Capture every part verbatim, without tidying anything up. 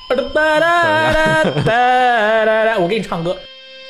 我给你唱歌。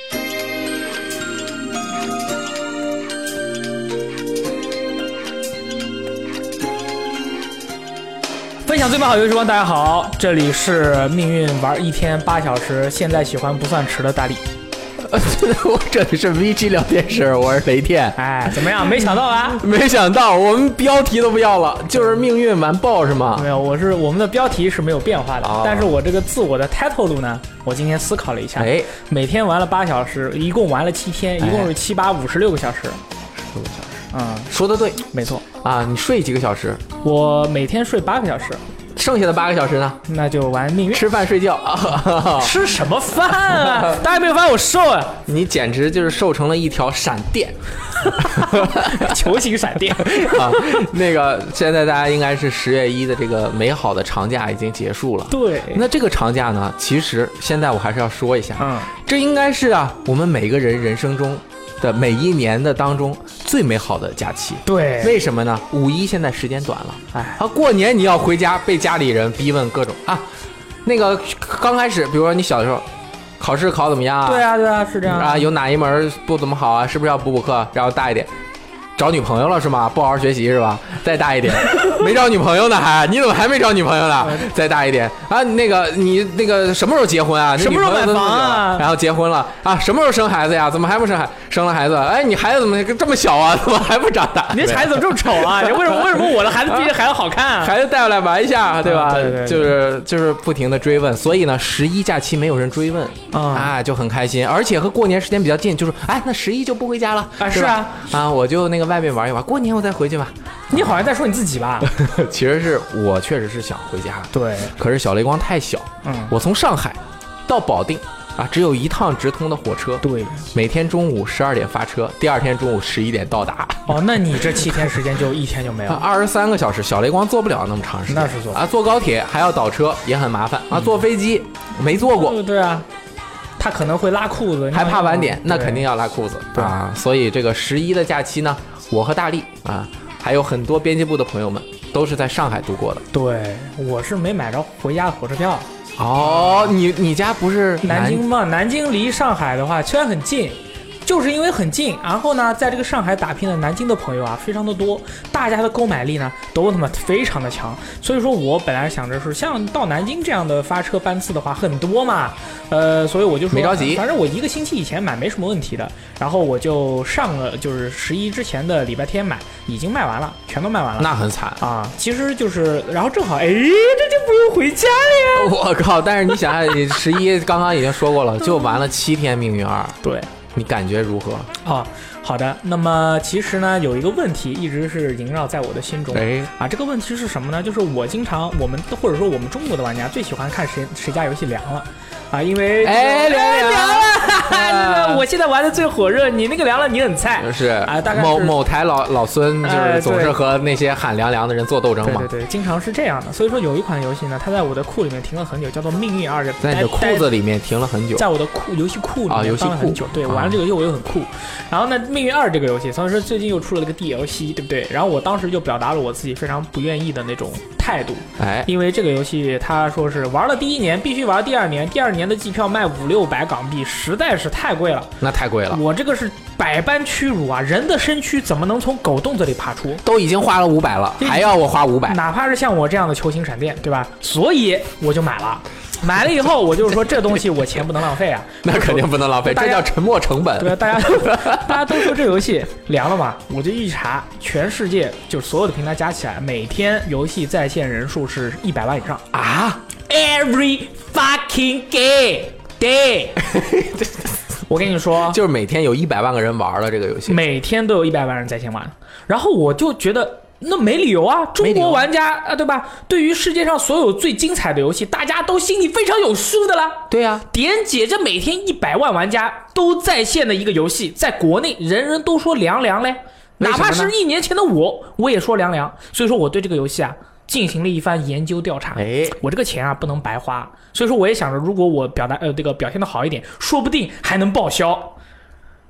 分享最美好游戏时光，大家好，这里是命运玩一天八小时，现在喜欢不算迟的大力。 我这里是 V G 聊天室，我是雷电。 哎，怎么样？没想到啊？ 没想到，我们标题都不要了，就是命运完爆是吗？ 没有，我是我们的标题是没有变化的， 哦、 但是我这个自我的 title 录呢，我今天思考了一下， 哎， 每天玩了八小时，一共玩了七天，一共是七八五十六个小时。 十六个小时。 嗯， 说的对， 没错啊。你睡几个小时？ 我每天睡八个小时。 剩下的八个小时呢？ 那就玩命运， 吃饭睡觉。 吃什么饭啊？大家没有发现我瘦啊？ 你简直就是瘦成了一条闪电， 球形闪电啊！那个现在大家应该是十月一的这个美好的长假已经结束了。 对， 那这个长假呢，其实现在我还是要说一下， 嗯， 这应该是啊我们每个人人生中的每一年的当中最美好的假期。 对， 为什么呢？五一现在时间短了， 哎， 啊，过年你要回家被家里人逼问各种啊，那个刚开始，比如说你小的时候考试考怎么样啊？ 对啊，对啊，是这样啊，有哪一门不怎么好啊？是不是要补补课？然后大一点，找女朋友了是吗？不好好学习是吧？再大一点，没找女朋友呢还？你怎么还没找女朋友呢？再大一点啊，那个你那个什么时候结婚啊？ 什么时候买房啊？ 然后结婚了啊？什么时候生孩子呀？怎么还不生孩？生了孩子，哎，你孩子怎么这么小啊？怎么还不长大？ 你这孩子怎么这么丑啊？你为什么为什么我的孩子比这孩子好看啊？ 孩子带回来玩一下，对吧？ 啊、对对对对， 就是就是不停的追问，所以呢，十一假期没有人追问啊、啊，就很开心，而且和过年时间比较近，就是哎，那十一就不回家了啊？是啊， 啊，我就那个外面玩一玩，过年我再回去吧。 你好像在说你自己吧？ 其实是我确实是想回家， 对， 可是小雷光太小， 嗯， 我从上海到保定啊，只有一趟直通的火车， 对， 每天中午十二点发车，第二天中午十一点到达。 哦，那你这七天时间就一天就没了， 二十三个小时，小雷光坐不了那么长时间， 那是坐啊，坐高铁还要倒车，也很麻烦啊，坐飞机没坐过， 嗯、对啊。他可能会拉裤子， 还怕晚点，那肯定要拉裤子啊！所以这个十一的假期呢，我和大力啊，还有很多编辑部的朋友们都是在上海度过的。 对，我是没买着回家的火车票。 哦，你你家不是南京吗？南京离上海的话虽然很近，就是因为很近，然后呢，在这个上海打拼的南京的朋友啊，非常的多，大家的购买力呢都他妈非常的强，所以说我本来想着是像到南京这样的发车班次的话很多嘛，呃，所以我就说没着急， 反正我一个星期以前买没什么问题的，然后我就上了就是十一之前的礼拜天买，已经卖完了，全都卖完了， 那很惨啊！其实就是，然后正好，哎，这就不用回家了呀！我靠！但是你想想，十一刚刚已经说过了，就玩了七天命运二， 对。 你感觉如何？ 哦，好的。那么其实呢，有一个问题一直是萦绕在我的心中。 哎， 啊，这个问题是什么呢？就是我经常，我们或者说我们中国的玩家最喜欢看谁谁家游戏凉了。啊，因为哎凉凉了，啊、我现在玩的最火热，你那个凉了，你很菜， 是啊，大概是某某台老老孙就是总是和那些喊凉凉的人做斗争嘛， 对对对，经常是这样的。所以说有一款游戏呢，它在我的库里面停了很久，叫做《命运二》， 在你的裤子里面停了很久， 在我的库游戏库里面放了很久， 啊、 对，玩了这个游戏我又很酷。然后呢，《命运二》这个游戏，所以说最近又出了这个 D L C， 对不对？然后我当时就表达了我自己非常不愿意的那种态度， 哎， 因为这个游戏他说是玩了第一年必须玩第二年，第二年的机票卖五六百港币，实在是太贵了， 那太贵了。 我这个是百般屈辱啊！人的身躯怎么能从狗洞子里爬出？ 都已经花了五百了，还要我花五百？ 哪怕是像我这样的球形闪电，对吧？所以我就买了。买了以后，我就是说这东西我钱不能浪费啊， 那肯定不能浪费，这叫沉没成本。 对，大家大家都说这游戏凉了嘛，我就一查，全世界就所有的平台加起来，每天游戏在线人数是一百万以上啊 ！Every fucking day day 。我跟你说， 就是每天有一百万个人玩了这个游戏， 每天都有一百万人在线玩，然后我就觉得。那没理由啊！中国玩家啊，对吧？对于世界上所有最精彩的游戏，大家都心里非常有数的啦。 对啊， 点解这每天一百万玩家都在线的一个游戏，在国内人人都说凉凉嘞，哪怕是一年前的我，我也说凉凉。所以说我对这个游戏啊进行了一番研究调查。 哎， 我这个钱啊不能白花，所以说我也想着，如果我表达呃这个表现的好一点，说不定还能报销。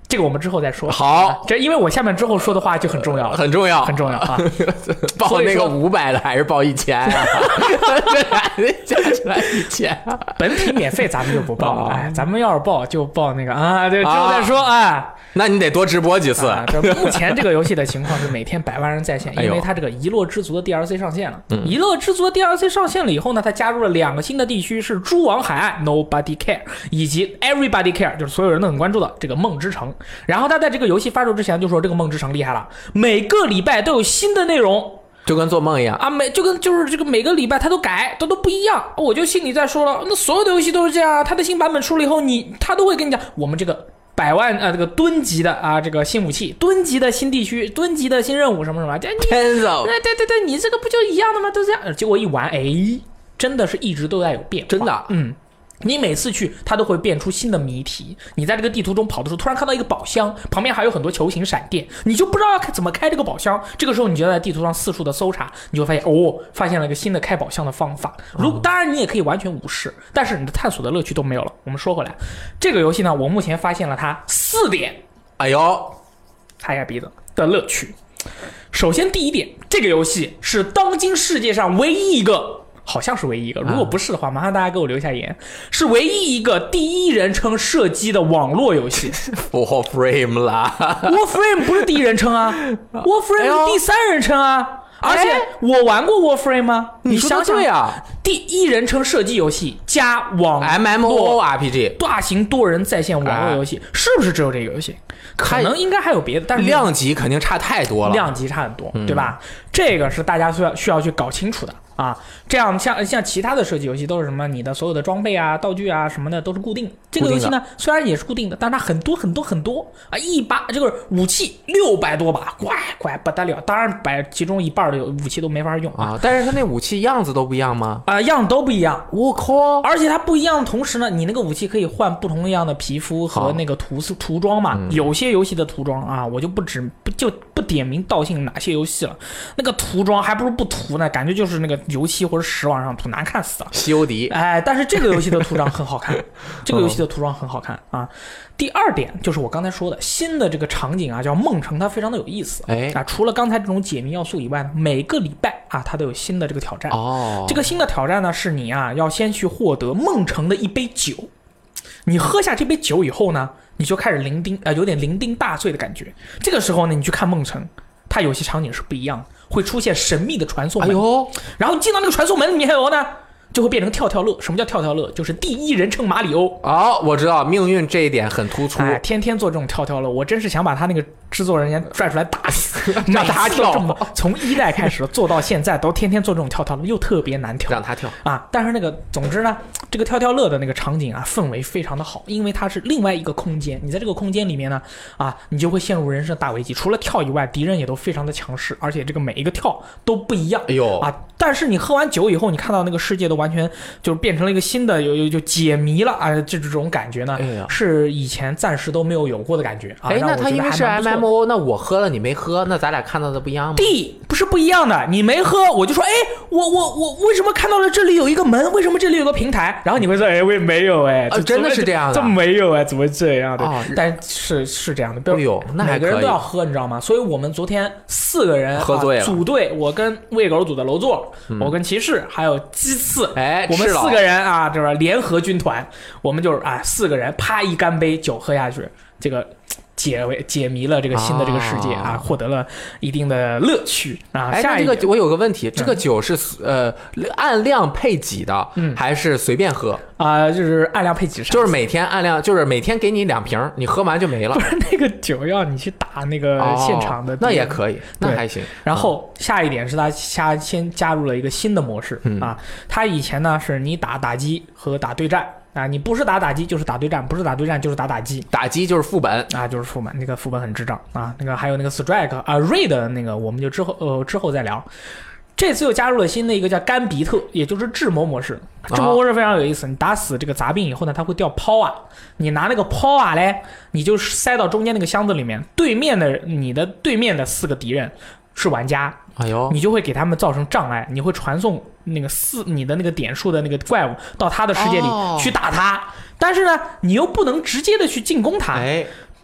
这个我们之后再说。 好， 这因为我下面之后说的话就很重要了， 很重要， 很重要啊！ 报那个五百的还是报一千啊？这还得加起来一千、啊。 本体免费咱们就不报了，哎，咱们要是报就报那个啊，对，之后再说啊。哎那你得多直播几次。 啊、这目前这个游戏的情况是每天百万人在线，因为它这个遗落之族的 D L C 上线了。遗落之族的 D L C 上线了以后呢，它加入了两个新的地区，是蛛网海岸 Nobody Care 以及 Everybody Care， 就是所有人都很关注的这个梦之城。然后他在这个游戏发售之前就说这个梦之城厉害了，每个礼拜都有新的内容。 就跟做梦一样啊，每就跟就是这个每个礼拜它都改，都都不一样。我就心里在说了，那所有的游戏都是这样，它的新版本出了以后，你他都会跟你讲，我们这个百万呃这个吨级的啊这个新武器，吨级的新地区，吨级的新任务什么什么，这你对对对对，你这个不就一样的吗？都这样。结果一玩，哎，真的是一直都在有变化， 真的， 嗯。你每次去它都会变出新的谜题，你在这个地图中跑的时候突然看到一个宝箱，旁边还有很多球形闪电，你就不知道要怎么开这个宝箱。这个时候你就在地图上四处的搜查，你就发现哦，发现了一个新的开宝箱的方法。如当然你也可以完全无视，但是你的探索的乐趣都没有了。我们说回来，这个游戏呢，我目前发现了它四点， 哎呦， 擦一下鼻子的乐趣。首先第一点，这个游戏是当今世界上唯一一个，好像是唯一一个，如果不是的话，麻烦大家给我留下言。是唯一一个第一人称射击的网络游戏。 Warframe 啦 ，Warframe 不是第一人称啊 ，Warframe 是第三人称啊。而且我玩过 Warframe 吗？ 你想想啊， 第一人称射击游戏加网 M M O R P G 大型多人在线网络游戏，是不是只有这个游戏？可能应该还有别的，但是量级肯定差太多了， 量级差很多，对吧？这个是大家需要需要去搞清楚的啊。这样像像其他的射击游戏都是什么，你的所有的装备啊、道具啊什么的都是固定。这个游戏呢，虽然也是固定的，但它很多很多很多啊，一把这个武器六百多把，乖乖不得了。当然，百其中一半的武器都没法用啊。 啊但是它那武器样子都不一样吗？ 啊、呃，样都不一样。 我靠！ 而且它不一样的同时呢，你那个武器可以换不同样的皮肤和那个涂涂装嘛。嗯、有些游戏的涂装啊，我就不指不就不点名道姓哪些游戏了。那个涂装还不如不涂呢，感觉就是那个油漆或者屎往上涂，难看死了。 西游迪， 哎，但是这个游戏的涂装很好看，这个游戏的涂装很好看啊。第二点就是我刚才说的，新的这个场景啊，叫梦城，它非常的有意思。 哎啊，除了刚才这种解谜要素以外呢，每个礼拜啊，它都有新的这个挑战。 哦， 这个新的挑战呢，是你啊要先去获得梦城的一杯酒，你喝下这杯酒以后呢，你就开始酩酊啊、呃，有点酩酊大醉的感觉。这个时候呢，你去看梦城，它有些场景是不一样的，会出现神秘的传送门。 哎呦， 然后进到那个传送门里面以后呢，就会变成跳跳乐。什么叫跳跳乐？就是第一人称马里欧。 哦，我知道，命运这一点很突出。 哎，天天做这种跳跳乐，我真是想把他那个制作人员拽出来打死， 让他跳。 从一代开始做到现在，都天天做这种跳跳乐，又特别难跳， 让他跳啊！但是那个，总之呢，这个跳跳乐的那个场景啊，氛围非常的好，因为它是另外一个空间。你在这个空间里面呢，啊，你就会陷入人生的大危机。除了跳以外，敌人也都非常的强势，而且这个每一个跳都不一样。 哎呦啊！但是你喝完酒以后，你看到那个世界都完全就是变成了一个新的，有有就解谜了啊！这这种感觉呢， 哎、 是以前暂时都没有有过的感觉啊。 哎，那它因为是 M M O， 那我喝了你没喝，那咱俩看到的不一样吗？ 地不是不一样的，你没喝，我就说，哎，我我我为什么看到了这里有一个门？为什么这里有个平台？然后你会说，哎，我也没有哎、 呃，真的是这样的， 这没有哎，怎么这样的？ 哦、 但是是这样的， 哎呦，那还每个人都要喝，你知道吗？所以我们昨天四个人喝醉了、 啊，组队，我跟喂狗组的楼座，嗯、我跟骑士还有鸡刺， 哎， 我们四个人啊，这个联合军团，我们就是啊四个人，啪一干杯酒喝下去，这个。解解谜了这个新的这个世界啊，获得了一定的乐趣啊。 哎， 下一个我有个问题，这个酒是呃按量配给的，嗯，还是随便喝啊？就是按量配给， 就是每天按量，就是每天给你两瓶，你喝完就没了。 不是那个酒要你去打那个现场的， 那也可以，那还行。 然后下一点是他下先加入了一个新的模式啊，他以前呢是你打打击和打对战。啊，你不是打打击就是打对战，不是打对战就是打打击， 打击就是副本啊，就是副本，那个副本很智障啊。那个还有那个 strike 啊 raid 那个，我们就之后呃之后再聊。这次又加入了新的一个叫甘比特，也就是智谋模式。智谋模式非常有意思，你打死这个杂兵以后呢，它会掉抛啊，你拿那个抛啊嘞，你就塞到中间那个箱子里面，对面的你的对面的四个敌人是玩家。 哎呦， 你就会给他们造成障碍，你会传送那个四你的那个点数的那个怪物到他的世界里去打他，哦、但是呢，你又不能直接的去进攻他。 哎，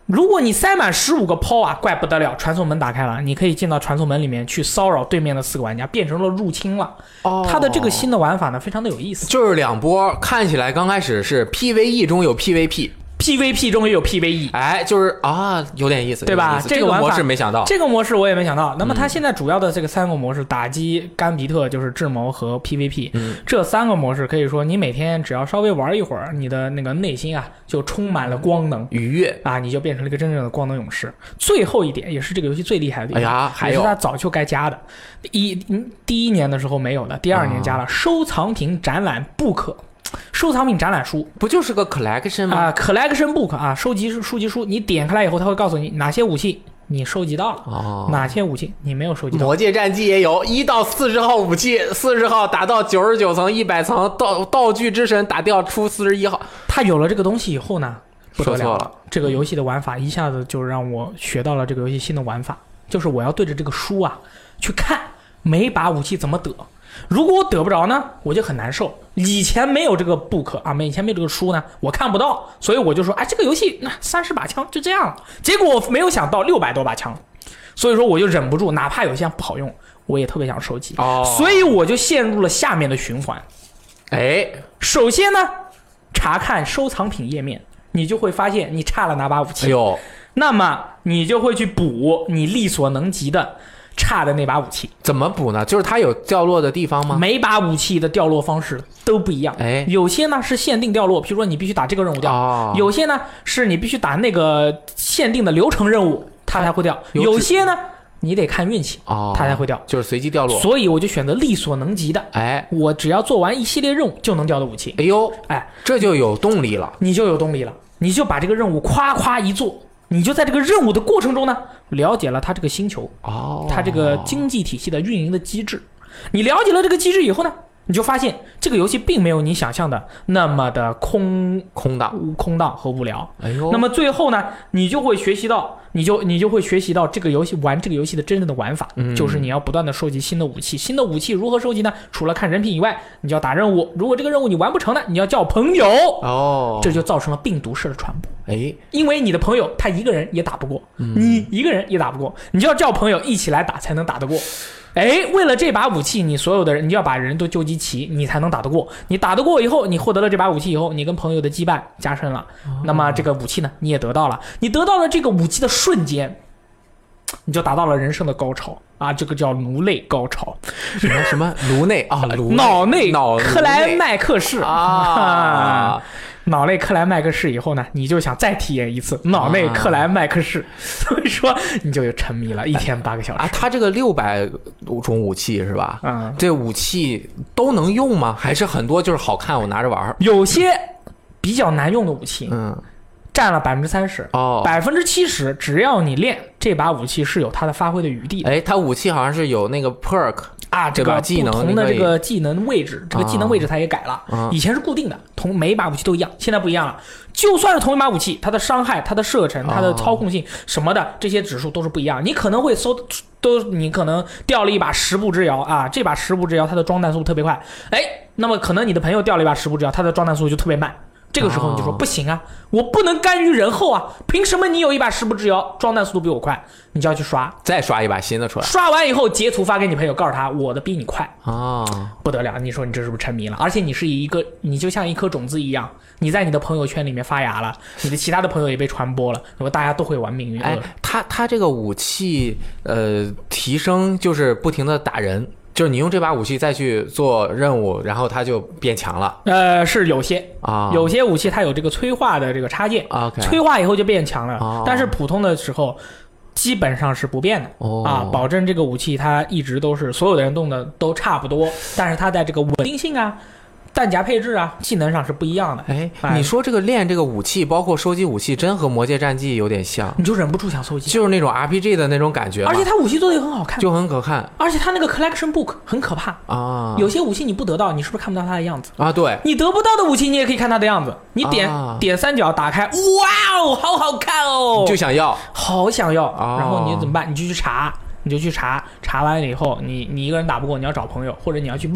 如果你塞满十五个抛啊，怪不得了，传送门打开了，你可以进到传送门里面去骚扰对面的四个玩家，变成了入侵了。哦，它的这个新的玩法呢，非常的有意思， 就是两波，看起来刚开始是 P V E 中有 P V P。P V P 中也有 P V E， 哎，就是啊，有点意思， 对吧？ 这个模式没想到， 这个模式我也没想到。那么它现在主要的这个三个模式，嗯、打击、甘比特就是智谋和 P V P，、嗯、这三个模式可以说你每天只要稍微玩一会儿，你的那个内心啊就充满了光能愉悦啊，你就变成了一个真正的光能勇士。最后一点也是这个游戏最厉害的地方， 哎呀，还有也是它早就该加的，一第一年的时候没有的，第二年加了、啊、收藏品展览不可。收藏品展览书不就是个 collection 吗？ 啊 ，collection book 啊，收集书籍书，你点开来以后，它会告诉你哪些武器你收集到了，哦、哪些武器你没有收集到。 魔界战记也有一到四十号武器，四十号打到九十九层、一百层，道道具之神打掉出四十一号。 它有了这个东西以后呢，不得了， 说错了， 这个游戏的玩法一下子就让我学到了这个游戏新的玩法，就是我要对着这个书啊去看每把武器怎么得。如果我得不着呢，我就很难受。以前没有这个 book 啊，以前没有这个书呢，我看不到，所以我就说，哎，这个游戏那三十把枪就这样了。结果我没有想到六百多把枪，所以说我就忍不住，哪怕有些不好用，我也特别想收集。哦，所以我就陷入了下面的循环。 哎， 首先呢，查看收藏品页面，你就会发现你差了哪把武器。 哎呦， 那么你就会去补你力所能及的。差的那把武器怎么补呢？就是它有掉落的地方吗？ 每把武器的掉落方式都不一样。 哎， 有些呢是限定掉落，比如说你必须打这个任务掉；哦、有些呢是你必须打那个限定的流程任务，它才会掉；有些呢你得看运气，哦、它才会掉， 就是随机掉落。 所以我就选择力所能及的。 哎， 我只要做完一系列任务就能掉的武器。 哎呦， 哎， 这就有动力了， 你就有动力了，你就把这个任务夸夸一做。你就在这个任务的过程中呢，了解了它这个星球，哦，它这个经济体系的运营的机制。你了解了这个机制以后呢，你就发现这个游戏并没有你想象的那么的空空荡、 空荡和无聊。 哎呦， 那么最后呢，你就会学习到，你就你就会学习到这个游戏玩这个游戏的真正的玩法，嗯、就是你要不断的收集新的武器。新的武器如何收集呢？除了看人品以外，你就要打任务。如果这个任务你完不成呢，你要叫朋友。哦，这就造成了病毒式的传播。 哎， 因为你的朋友他一个人也打不过，嗯、你一个人也打不过，你就要叫朋友一起来打才能打得过。哎，为了这把武器，你所有的人，你就要把人都纠集齐，你才能打得过。你打得过以后，你获得了这把武器以后，你跟朋友的羁绊加深了，哦、那么这个武器呢，你也得到了。你得到了这个武器的瞬间，你就达到了人生的高潮啊！这个叫颅内高潮， 什么什么颅内啊？颅脑内脑克莱麦克氏啊！ 脑内克莱麦克氏以后呢，你就想再体验一次脑内克莱麦克氏，啊、所以说你就沉迷了一天八个小时啊！他这个六百种武器是吧？嗯，这武器都能用吗？还是很多就是好看我拿着玩？ 有些比较难用的武器，嗯，占了百分之三十，哦，百分之七十只要你练这把武器是有它的发挥的余地的。 哎，它武器好像是有那个 perk。 啊，这个不同的这个技能位置，这个技能位置它也改了，啊、以前是固定的，同每一把武器都一样，现在不一样了。就算是同一把武器，它的伤害、它的射程、它的操控性什么的，这些指数都是不一样。你可能会搜，都你可能掉了一把十步之遥啊，这把十步之遥它的装弹速度特别快，哎，那么可能你的朋友掉了一把十步之遥，它的装弹速度就特别慢。这个时候你就说、哦、不行啊，我不能甘于人后啊！凭什么你有一把十步之遥，装弹速度比我快？你就要去刷， 再刷一把新的出来。 刷完以后截图发给你朋友，告诉他我的比你快啊、 哦， 不得了！你说你这是不是沉迷了？而且你是一个，你就像一颗种子一样，你在你的朋友圈里面发芽了，你的其他的朋友也被传播了，那么大家都会玩命运恶。 哎，他他这个武器呃提升就是不停的打人。就是你用这把武器再去做任务，然后它就变强了。 呃，是有些啊，有些武器它有这个催化的这个插件， okay. 催化以后就变强了。哦、但是普通的时候基本上是不变的、哦、啊，保证这个武器它一直都是所有的人动的都差不多，但是它在这个稳定性啊、弹夹配置啊、技能上是不一样的。 哎，你说这个练这个武器，包括收集武器，真和《魔界战记》有点像， 你就忍不住想收集， 就是那种 R P G 的那种感觉。 而且它武器做的也很好看， 就很可看。 而且它那个 collection book 很可怕啊，有些武器你不得到，你是不是看不到它的样子啊？对， 你得不到的武器，你也可以看它的样子。你点、啊、点三角打开，哇哦，好好看哦， 就想要， 好想要。啊、然后你怎么办？你就去查。你就去查，查完了以后，你你一个人打不过，你要找朋友，或者你要去问，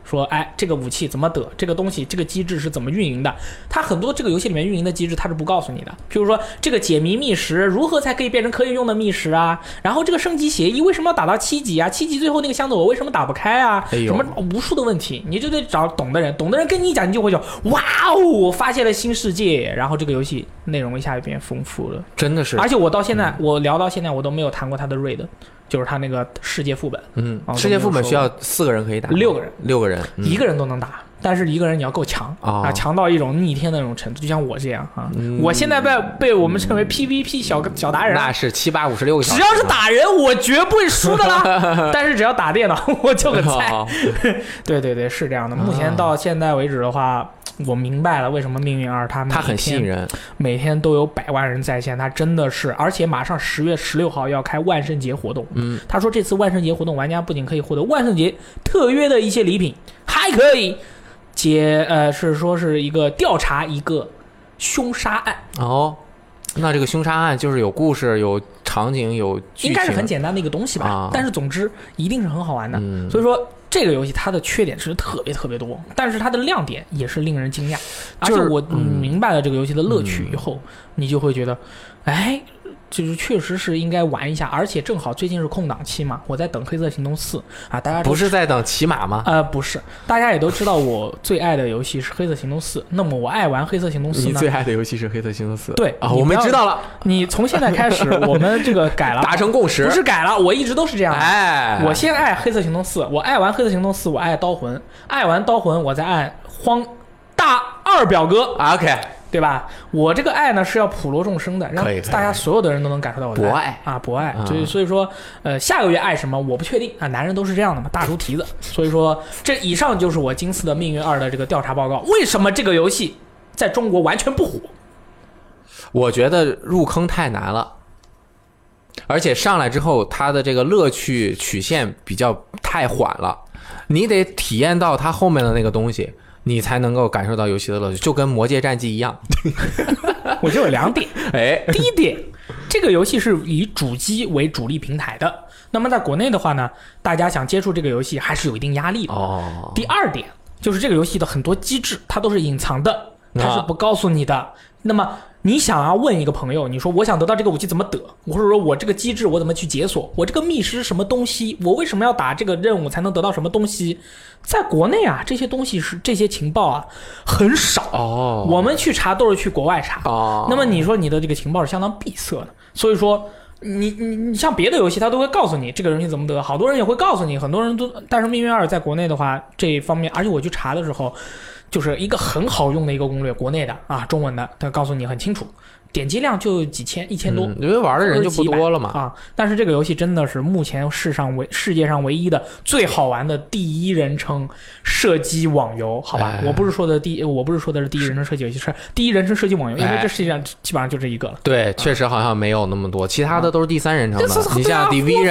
说哎这个武器怎么得，这个东西这个机制是怎么运营的。它很多这个游戏里面运营的机制它是不告诉你的，譬如说这个解谜密石如何才可以变成可以用的密石啊，然后这个升级协议为什么要打到七级啊，七级最后那个箱子我为什么打不开啊， 哎、 什么无数的问题，你就得找懂的人，懂的人跟你讲，你就会说哇哦我发现了新世界，然后这个游戏内容一下就变丰富了， 真的是。 而且我到现在、嗯、我聊到现在我都没有谈过他的 raid， 就是他那个世界副本， 嗯，世界副本需要四个人可以打， 六个人， 六个人、 嗯，一个人都能打，但是一个人你要够强、哦、啊，强到一种逆天的那种程度，就像我这样啊，嗯、我现在被被我们称为 P V P 小小达人， 那是七八五十六个小时， 只要是打人我绝不会输的啦，但是只要打电脑我就很菜，哦、对对对，是这样的。目前到现在为止的话。我明白了为什么命运二它它很吸引人， 每天都有百万人在线，它真的是，而且马上十月十六号要开万圣节活动。 嗯， 他说这次万圣节活动，玩家不仅可以获得万圣节特约的一些礼品，还可以解呃是说是一个调查一个凶杀案。 哦，那这个凶杀案就是有故事、有场景、有剧情， 应该是很简单的一个东西吧？ 啊、 但是总之一定是很好玩的。 嗯、 所以说。这个游戏它的缺点是特别特别多，但是它的亮点也是令人惊讶。而且我明白了这个游戏的乐趣以后，嗯、你就会觉得，哎，就是确实是应该玩一下。而且正好最近是空档期嘛，我在等《黑色行动四》啊，大家不是在等骑马吗？ 呃，不是，大家也都知道我最爱的游戏是《黑色行动四》。那么我爱玩《黑色行动四》呢？ 你最爱的游戏是《黑色行动四》？ 对啊，我们知道了。 你从现在开始，我们这个改了， 达成共识。 不是改了，我一直都是这样的。 哎， 我先爱《黑色行动四》，我爱玩《黑色行动四》，我爱刀魂，爱完刀魂，我再爱荒大二表哥。 OK。 对吧？我这个爱呢是要普罗众生的，让大家所有的人都能感受到我的博爱啊，博爱。所以所以说，呃，下个月爱什么我不确定啊，男人都是这样的嘛，大猪蹄子。所以说，这以上就是我金丝的命运二的这个调查报告。为什么这个游戏在中国完全不火？ 我觉得入坑太难了，而且上来之后，它的这个乐趣曲线比较太缓了，你得体验到它后面的那个东西。你才能够感受到游戏的乐趣，就跟《魔界战记》一样。 我就有两点， 哎， 第一点，这个游戏是以主机为主力平台的，那么在国内的话呢，大家想接触这个游戏还是有一定压力的。 哦。第二点就是这个游戏的很多机制它都是隐藏的，它是不告诉你的。啊、那么你想要问一个朋友，你说我想得到这个武器怎么得，或者说我这个机制我怎么去解锁，我这个密室什么东西，我为什么要打这个任务才能得到什么东西，在国内啊这些东西是这些情报啊很少哦， 我们去查都是去国外查哦。 那么你说你的这个情报是相当闭塞的，所以说你你你像别的游戏他都会告诉你这个人是怎么得，好多人也会告诉你，很多人都，但是命运二在国内的话这一方面，而且我去查的时候就是一个很好用的一个攻略，国内的啊，中文的，他告诉你很清楚，点击量就几千一千多、嗯、 因为玩的人就不多了嘛啊。但是这个游戏真的是目前世上唯世界上唯一的最好玩的第一人称射击网游，好吧？哎、我不是说的第，我不是说的是第一人称射击游戏，是第一人称射击网游，因为这世界上基本上就这一个了。 对，确实好像没有那么多，其他的都是第三人称的。啊、你像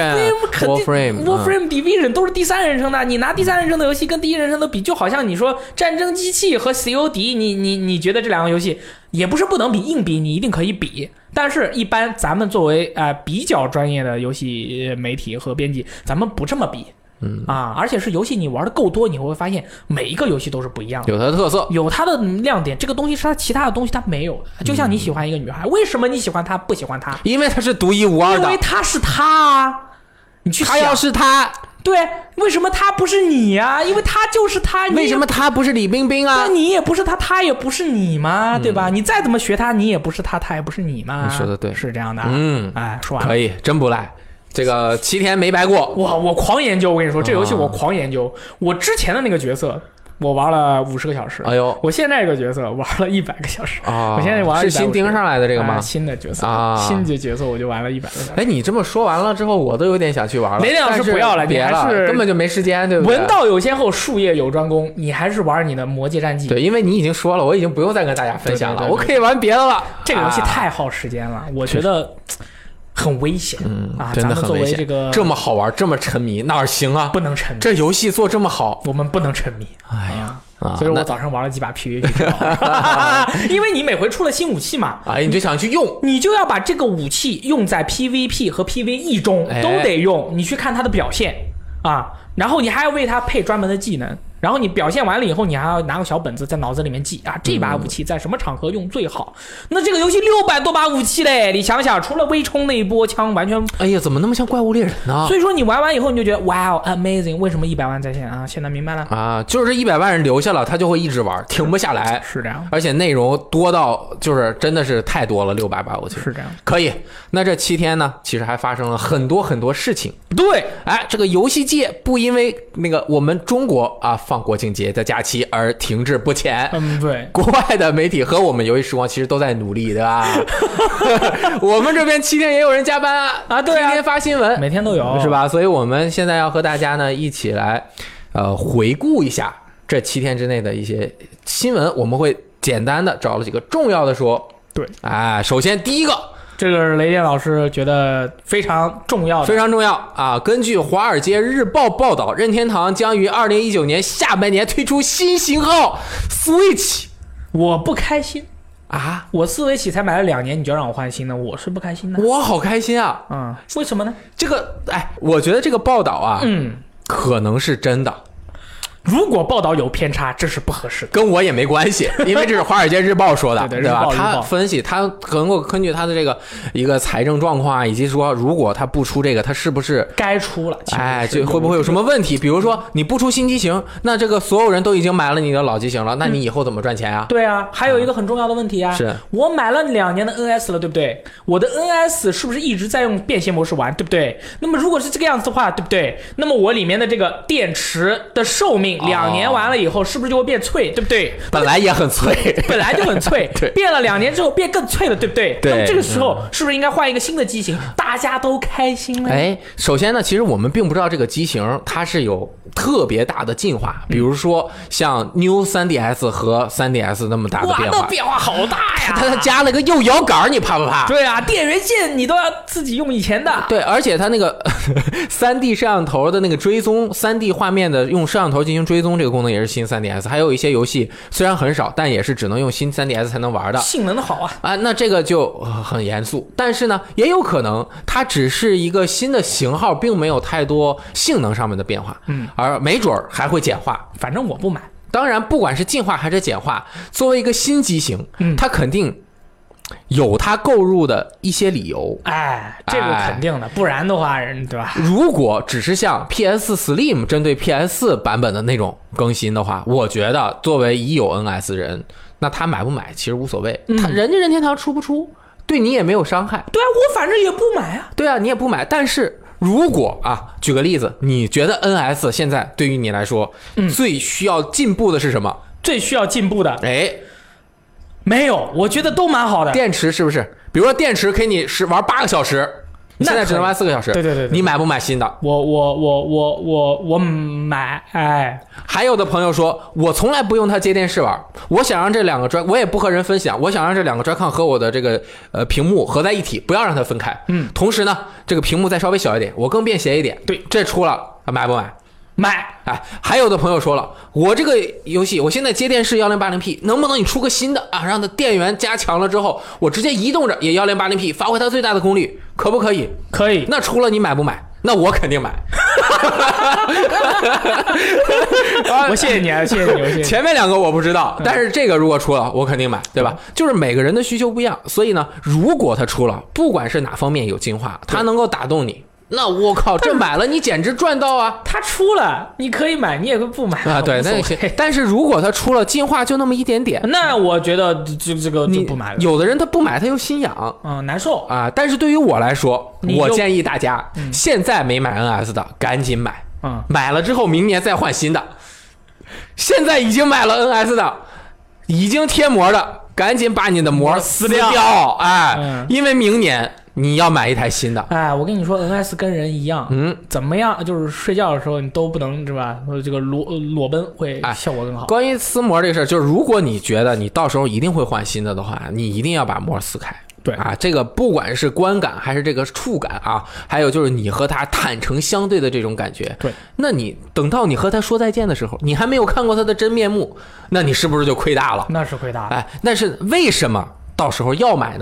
Division、Warframe、Warframe、Division 都是第三人称的，你拿第三人称的游戏跟第一人称的比，就好像你说战争机器和 C O D， 你你你觉得这两个游戏也不是不能比，硬比你一定可以比，但是一般咱们作为呃比较专业的游戏媒体和编辑，咱们不这么比。 嗯啊，而且是游戏你玩的够多，你会发现每一个游戏都是不一样的， 有它的特色， 有它的亮点。这个东西是它其他的东西它没有的。就像你喜欢一个女孩，嗯、为什么你喜欢她不喜欢她？ 因为她是独一无二的， 因为她是她啊。你去想， 她要是她。 对，为什么他不是你啊？因为他就是他。 为什么他不是李冰冰啊？ 那你也不是他，他也不是你嘛，嗯、对吧？你再怎么学他，你也不是他，他也不是你嘛。 你说的对， 是这样的。 嗯， 哎，说完了可以，真不赖。这个七天没白过。 哇，我狂研究，我跟你说，这游戏我狂研究。啊、我之前的那个角色。我玩了五十个小时， 哎呦！ 我现在这个角色玩了一百个小时啊！ 我现在玩了是新盯上来的这个吗？ 啊、新的角色啊， 新的角色我就玩了一百个小时。 哎，你这么说完了之后，我都有点想去玩了。 雷电老师不要了， 别了，根本就没时间，对不对？ 文道有先后，术业有专攻，你还是玩你的魔界战记。 对，因为你已经说了，我已经不用再跟大家分享了， 对对对对， 我可以玩别的了。 这个游戏太耗时间了，啊、我觉得。很危险， 嗯啊， 真的很危险。 这个这么好玩，这么沉迷，哪儿行啊？ 不能沉迷。 这游戏做这么好， 我们不能沉迷。 哎呀，啊、 所以我早上玩了几把 P V P， 因为你每回出了新武器嘛， 哎，你就想去用， 你就要把这个武器用在 P V P 和 P V E 中都得用，哎、你去看它的表现啊，然后你还要为它配专门的技能。 然后你表现完了以后，你还要拿个小本子在脑子里面记啊，这把武器在什么场合用最好。嗯、那这个游戏六百多把武器嘞，你想想，除了微冲那一波枪，完全哎呀，怎么那么像怪物猎人呢？ 所以说你玩完以后你就觉得哇哦 amazing， 为什么一百万在线啊？现在明白了啊，就是这一百万人留下了，他就会一直玩，停不下来。 是这样， 而且内容多到就是真的是太多了，六百把武器是这样。 可以，那这七天呢，其实还发生了很多很多事情。 对， 哎，这个游戏界不因为那个我们中国啊放国庆节的假期而停滞不前。 嗯，对， 国外的媒体和我们游戏时光其实都在努力的啊。我们这边七天也有人加班啊， 啊，对啊， 天天发新闻， 每天都有， 是吧？所以我们现在要和大家呢一起来，呃，回顾一下这七天之内的一些新闻，我们会简单的找了几个重要的说。 对， 哎，首先第一个。 这个是雷电老师觉得非常重要的， 非常重要啊！根据《华尔街日报》报道，任天堂将于二零一九年下半年推出新型号 Switch。 我不开心啊！ 我四维起才买了两年，你就让我换新的，我是不开心的。 我好开心啊！ 嗯，为什么呢？ 这个，哎，我觉得这个报道啊， 嗯， 可能是真的。 如果报道有偏差，这是不合适的， 跟我也没关系，因为这是《华尔街日报》说的， 对, 对, 对吧？ 日报他分析，他能够根据他的这个一个财政状况，以及说如果他不出这个，他是不是该出了？ 哎，就会不会有什么问题？比如说你不出新机型，那这个所有人都已经买了你的老机型了，那你以后怎么赚钱啊？ 嗯、对啊，还有一个很重要的问题啊， 是我买了两年的 N S 了，对不对？我的 N S 是不是一直在用便携模式玩，对不对？那么如果是这个样子的话，对不对？那么我里面的这个电池的寿命两年完了以后是不是就会变脆，对不对？ 本来也很脆， 本来就很脆， 对， 变了两年之后变更脆了，对不对？ 对。 那么这个时候是不是应该换一个新的机型，大家都开心呢？ 哎，首先呢，其实我们并不知道这个机型它是有特别大的进化，比如说像 New 三 D S 和 三 D S 那么大的变化， 哇，那变化好大呀！ 它它加了个右摇杆，你怕不怕？ 对啊，电源线你都要自己用以前的。 对，而且它那个三 D 摄像头的那个追踪，三 D 画面的用摄像头进行追踪这个功能也是新 三 D S， 还有一些游戏虽然很少，但也是只能用新 三 D S 才能玩的， 性能的好啊啊，那这个就很严肃。但是呢，也有可能它只是一个新的型号，并没有太多性能上面的变化， 嗯， 而没准还会简化。 反正我不买。 当然，不管是进化还是简化，作为一个新机型， 嗯， 它肯定有它购入的一些理由。 哎，这个肯定的，哎、不然的话，人对吧？ 如果只是像 P S Slim 针对 P S 四 版本的那种更新的话，我觉得作为已有 N S 人，那他买不买其实无所谓， 嗯、 他人家任天堂出不出，对你也没有伤害。 对啊，我反正也不买啊。 对啊，你也不买，但是。如果啊，举个例子，你觉得 N S 现在对于你来说， 嗯、最需要进步的是什么？ 最需要进步的， 哎， 没有，我觉得都蛮好的。 电池是不是？比如说电池给你是玩八个小时，你现在只能玩四个小时。 对对 对, 对， 你买不买新的？ 我我我我我我买。哎， 还有的朋友说，我从来不用它接电视玩，我想让这两个专，我也不和人分享，我想让这两个专抗和我的这个呃屏幕合在一体，不要让它分开。 嗯， 同时呢，这个屏幕再稍微小一点，我更便携一点。 对， 这出了，买不买？ 买。 哎，还有的朋友说了，我这个游戏我现在接电视 一零八零 P， 能不能你出个新的啊，让它电源加强了之后，我直接移动着也 一零八零 P， 发挥它最大的功率，可不可以？ 可以。 那出了你买不买？那我肯定买。 我谢谢你啊，谢谢你，我谢谢你。 前面两个我不知道，但是这个如果出了，我肯定买，对吧？就是每个人的需求不一样，所以呢，如果它出了，不管是哪方面有进化，它能够打动你。那我靠，这买了你简直赚到啊！ 它出了，你可以买，你也可以不买啊。对，那行。但是如果它出了进化就那么一点点， 那我觉得这这个就不买了。 有的人他不买，他又心痒， 嗯，难受啊。但是对于我来说，我建议大家、嗯、现在没买 N S 的赶紧买， 嗯， 买了之后明年再换新的。现在已经买了 N S 的，已经贴膜的，赶紧把你的膜撕掉，哎、嗯，因为明年。你要买一台新的， 哎，我跟你说 ，N S 跟人一样， 嗯， 怎么样？就是睡觉的时候你都不能是吧？这个裸裸奔会效果更好。 哎、关于撕膜这个事儿，就是如果你觉得你到时候一定会换新的的话，你一定要把膜撕开。 对啊，这个不管是观感还是这个触感啊，还有就是你和他坦诚相对的这种感觉。 对， 那你等到你和他说再见的时候，你还没有看过他的真面目，那你是不是就亏大了？ 那是亏大了。 哎，但是为什么到时候要买呢？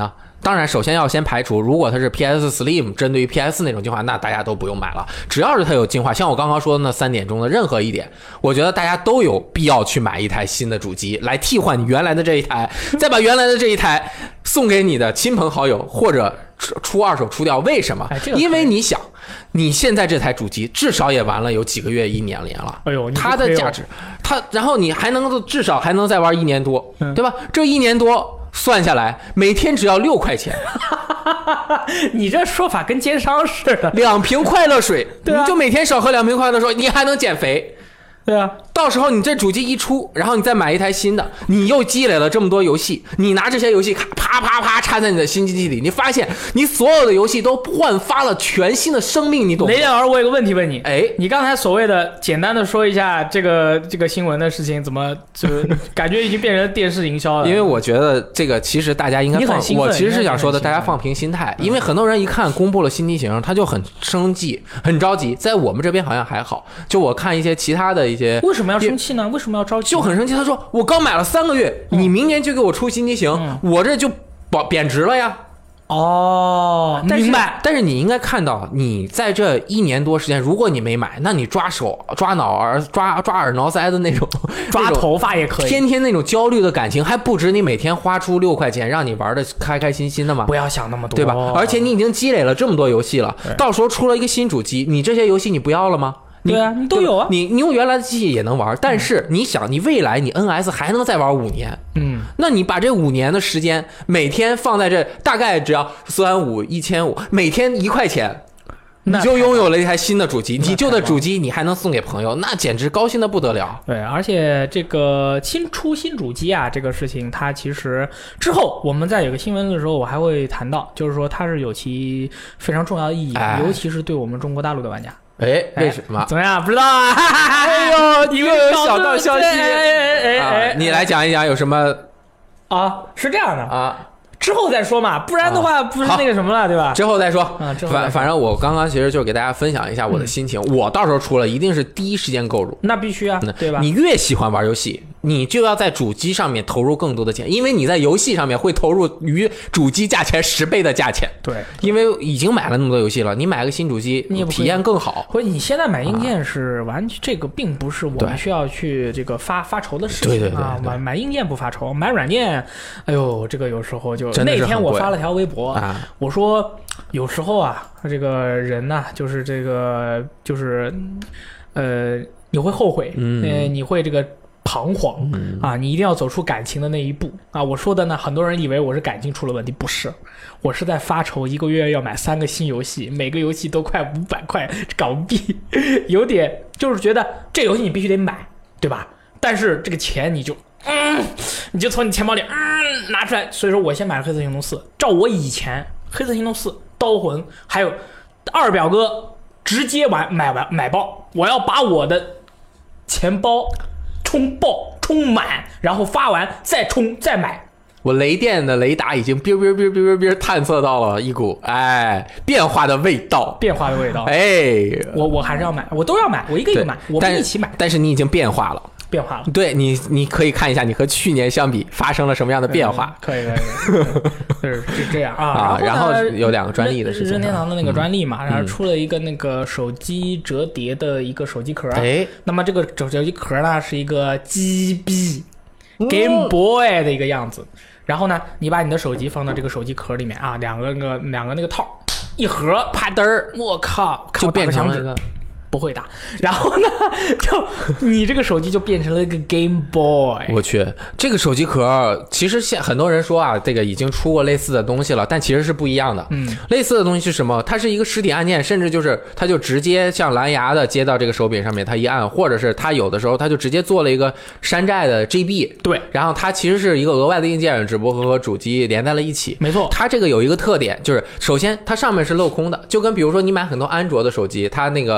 当然，首先要先排除，如果它是 P S Slim 针对于 P S 那种进化，那大家都不用买了。只要是它有进化，像我刚刚说的那三点中的任何一点，我觉得大家都有必要去买一台新的主机来替换你原来的这一台，再把原来的这一台送给你的亲朋好友，或者出二手出掉。为什么？ 哎这个、 因为你想，你现在这台主机至少也玩了有几个月、一年年了。 哎呦， 它的价值，它然后你还能至少还能再玩一年多， 嗯、 对吧？这一年多。算下来，每天只要六块钱。 你这说法跟奸商似的。 两瓶快乐水， 对啊、 你就每天少喝两瓶快乐水，你还能减肥。 对啊， 到时候你这主机一出，然后你再买一台新的，你又积累了这么多游戏，你拿这些游戏卡啪啪啪插在你的新机器里，你发现你所有的游戏都焕发了全新的生命，你懂吗？ 雷电老师，我有个问题问你， 哎， 你刚才所谓的简单的说一下这个这个新闻的事情，怎么就感觉已经变成电视营销了？ 因为我觉得这个其实大家应该放，我其实是想说的，大家放平心态，因为很多人一看公布了新机型，他就很生气、很着急。在我们这边好像还好，就我看一些其他的一些， 为什么要生气呢？为什么要着急？ 就很生气。他说：“我刚买了三个月，嗯、你明年就给我出新机型，嗯、我这就保贬值了呀。” 哦，明白。 但是你应该看到，你在这一年多时间，如果你没买，那你抓手、抓脑耳、抓抓耳挠腮的那种， 抓头发也可以， 天天那种焦虑的感情，还不值你每天花出六块钱让你玩的开开心心的吗？ 不要想那么多， 对吧？而且你已经积累了这么多游戏了，到时候出了一个新主机，你这些游戏你不要了吗？ 对啊，你都有啊， 你你用原来的机器也能玩，但是你想，你未来你 N S 还能再玩五年， 嗯， 那你把这五年的时间每天放在这，大概只要四万五、一千五，每天一块钱，你就拥有了一台新的主机，你旧的主机你还能送给朋友，那简直高兴的不得了。 对，而且这个新出新主机啊，这个事情它其实之后我们在有个新闻的时候，我还会谈到，就是说它是有其非常重要的意义， 哎、 尤其是对我们中国大陆的玩家。 哎，为什么？ 怎么样？不知道啊！ 哎呦，你又有小道消息， 哎哎哎哎， 你来讲一讲有什么啊？是这样的啊。 之后再说嘛，不然的话不是那个什么了，对吧？ 之后再说。 啊，之后反反正我刚刚其实就是给大家分享一下我的心情，嗯、我到时候出了一定是第一时间购入。 那必须啊，对吧？ 你越喜欢玩游戏，你就要在主机上面投入更多的钱，因为你在游戏上面会投入于主机价钱十倍的价钱。 对， 因为已经买了那么多游戏了，你买个新主机，你体验更好。 或者你现在买硬件是完全、啊、这个并不是我们需要去这个发发愁的事情。 对对 对, 对, 对啊，买买硬件不发愁，买软件，哎呦，这个有时候就那天我发了条微博， 啊、 我说有时候啊，这个人呐、啊，就是这个就是呃，你会后悔， 嗯， 呃、你会这个。彷徨、 嗯、 啊！你一定要走出感情的那一步啊！我说的呢，很多人以为我是感情出了问题，不是，我是在发愁，一个月要买三个新游戏，每个游戏都快五百块港币，有点就是觉得这游戏你必须得买，对吧？但是这个钱你就嗯，你就从你钱包里嗯拿出来，所以说我先买了《黑色行动四》，照我以前《黑色行动四》、《刀魂》还有二表哥直接玩买完买爆，我要把我的钱包。冲爆冲满，然后发完再冲再买。 我雷电的雷达已经哔哔哔哔哔哔探测到了一股哎变化的味道， 变化的味道。 哎， 我我还是要买，我都要买，我一个一个买，我们一起买。 但是你已经变化了。 变化了， 对你，你可以看一下你和去年相比发生了什么样的变化。 嗯、可以，可以，是是这样啊。 啊然后有两个专利的事情， 任天堂的那个专利嘛， 嗯、 然后出了一个那个手机折叠的一个手机壳。 哎， 那么这个手机壳呢是一个 G B Game Boy 的一个样子。嗯、然后呢，你把你的手机放到这个手机壳里面啊，两个那个两个那个套一合，啪嘚儿，我靠， 就变成了一个。 不会打，然后呢，就你这个手机就变成了一个 Game Boy。 我去，这个手机壳其实现很多人说啊，这个已经出过类似的东西了，但其实是不一样的。 嗯， 类似的东西是什么？它是一个实体按键，甚至就是它就直接像蓝牙的接到这个手柄上面，它一按，或者是它有的时候它就直接做了一个山寨的 G B。 对， 然后它其实是一个额外的硬件，只不过和主机连在了一起。 没错， 它这个有一个特点，就是首先它上面是镂空的，就跟比如说你买很多安卓的手机，它那个那。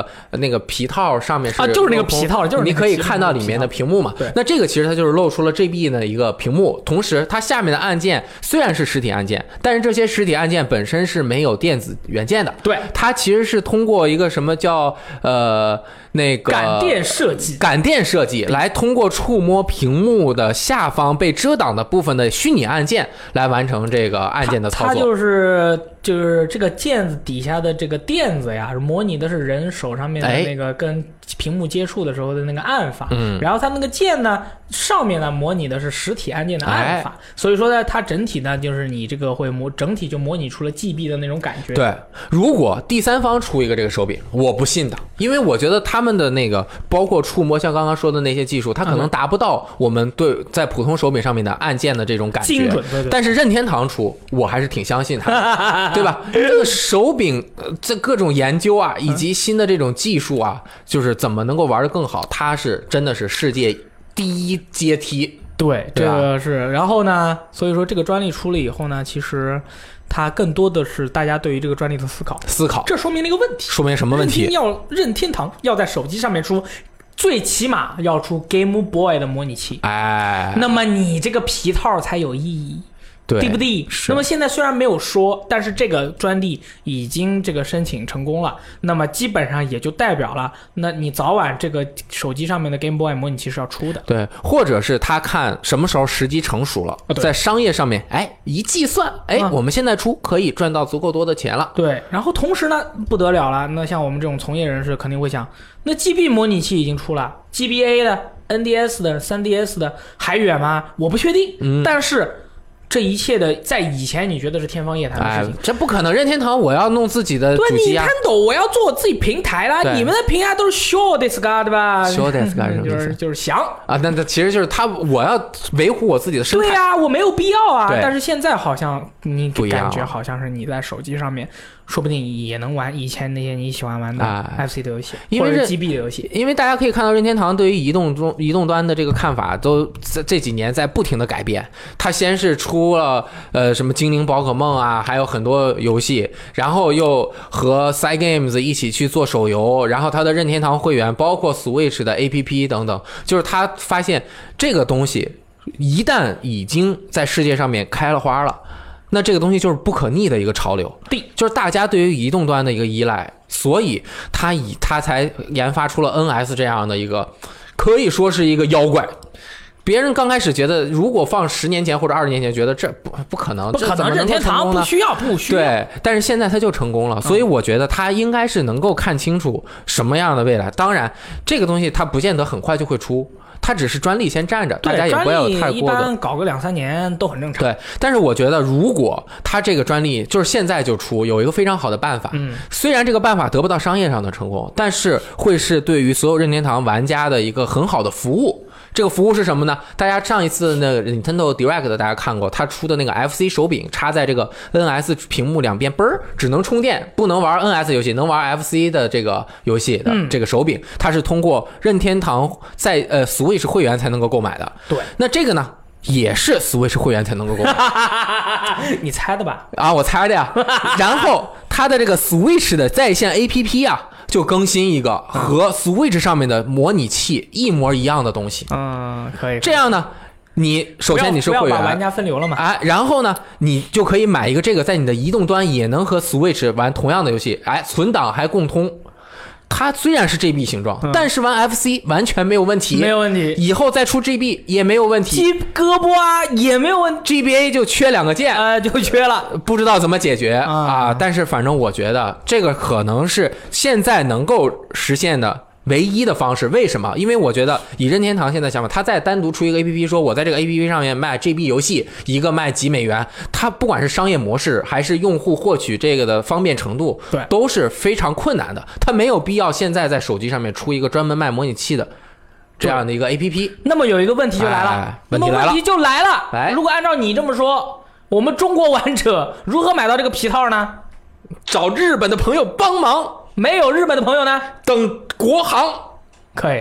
那个皮套上面是啊，就是那个皮套，就是你可以看到里面的屏幕嘛。 对， 那这个其实它就是露出了 G B 的一个屏幕，同时它下面的按键虽然是实体按键，但是这些实体按键本身是没有电子元件的。 对， 它其实是通过一个什么叫呃那个感电设计， 感电设计来通过触摸屏幕的下方被遮挡的部分的虚拟按键来完成这个按键的操作。 它, 它就是就是这个键子底下的这个垫子呀，模拟的是人手上面的那个跟屏幕接触的时候的那个按法， 嗯， 然后它那个键呢上面呢模拟的是实体按键的按法，哎、所以说呢它整体呢就是你这个会模整体就模拟出了 G B 的那种感觉。 对，如果第三方出一个这个手柄，我不信的，因为我觉得他们的那个包括触摸，像刚刚说的那些技术，它可能达不到我们对在普通手柄上面的按键的这种感觉精准。对对， 但是任天堂出，我还是挺相信它的，对吧？这个手柄这各种研究啊，以及新的这种技术啊，就是怎么能够玩得更好，它是真的是世界第一阶梯。 对，这个是。然后呢，所以说这个专利出了以后呢，其实它更多的是大家对于这个专利的思考。 思考， 这说明了一个问题。 说明什么问题？ 任天要任天堂要在手机上面出，最起码要出 Game Boy 的模拟器。 哎， 那么你这个皮套才有意义。 对， 对不对？那么现在虽然没有说，但是这个专利已经这个申请成功了，那么基本上也就代表了，那你早晚这个手机上面的 Game Boy 模拟器是要出的。 对，或者是他看什么时候时机成熟了， 啊、 在商业上面，哎，一计算，哎、啊，我们现在出可以赚到足够多的钱了。 对，然后同时呢，不得了了，那像我们这种从业人士肯定会想，那 G B 模拟器已经出了 ，G B A 的、N D S 的、三 D S 的还远吗？我不确定， 嗯， 但是。这一切的在以前你觉得是天方夜谭的事情、 哎、这不可能。任天堂我要弄自己的主机啊， 对，你看懂我要做我自己平台啦，你们的平台都是 show this guy 对吧 ？show this guy 就是就是想啊，那那其实就是他我要维护我自己的生态。 对呀、啊，我没有必要啊。但是现在好像你感觉好像是你在手机上面。说不定也能玩以前那些你喜欢玩的 F C 的游戏、哎，或者是 G B 的游戏。 因为大家可以看到，任天堂对于移动中移动端的这个看法，都在这几年在不停的改变。它先是出了呃什么精灵宝可梦啊，还有很多游戏，然后又和 Cygames 一起去做手游，然后它的任天堂会员，包括 Switch 的 A P P 等等，就是他发现这个东西一旦已经在世界上面开了花了。那这个东西就是不可逆的一个潮流， 对， 就是大家对于移动端的一个依赖，所以他以他才研发出了 N S 这样的一个，可以说是一个妖怪。别人刚开始觉得，如果放十年前或者二十年前，觉得这不不可能， 不可能，任天堂不需要，不需要。 对，但是现在他就成功了，所以我觉得他应该是能够看清楚什么样的未来。当然，这个东西它不见得很快就会出。它只是专利先站着，大家也不要有太过的。 一般搞个两三年都很正常。 对，但是我觉得，如果它这个专利就是现在就出，有一个非常好的办法。 嗯， 虽然这个办法得不到商业上的成功，但是会是对于所有任天堂玩家的一个很好的服务。这个服务是什么呢？大家上一次那个 Nintendo Direct 大家看过，它出的那个 F C 手柄插在这个 N S 屏幕两边，嘣儿只能充电，不能玩 N S 游戏，能玩 F C 的这个游戏的这个手柄，嗯、它是通过任天堂在呃 Switch 会员才能够购买的。 对， 那这个呢？也是 Switch 会员才能够购买。 你猜的吧？ 啊，我猜的呀。然后它的这个 Switch 的在线 A P P 啊，就更新一个和 Switch 上面的模拟器一模一样的东西。 嗯，可以。 这样呢，你首先你是会员， 不要把玩家分流了嘛？ 哎，然后呢，你就可以买一个这个，在你的移动端也能和 Switch 玩同样的游戏，哎，存档还共通。它虽然是 G B 形状、嗯，但是玩 F C 完全没有问题， 没有问题。 以后再出 G B 也没有问题， 胳膊啊也没有问题。 G B A 就缺两个键， 呃，就缺了， 不知道怎么解决、 嗯、 啊。但是反正我觉得这个可能是现在能够实现的唯一的方式。为什么？因为我觉得以任天堂现在想法，他再单独出一个 A P P， 说我在这个 A P P 上面卖 G B 游戏，一个卖几美元，它不管是商业模式还是用户获取这个的方便程度， 对， 都是非常困难的。它没有必要现在在手机上面出一个专门卖模拟器的这样的一个 A P P。 那么有一个问题就来了， 哎、问题来了， 问题就来了。 哎、 如果按照你这么说，我们中国玩者如何买到这个皮套呢？ 找日本的朋友帮忙。 没有日本的朋友呢？ 等国行。 可以，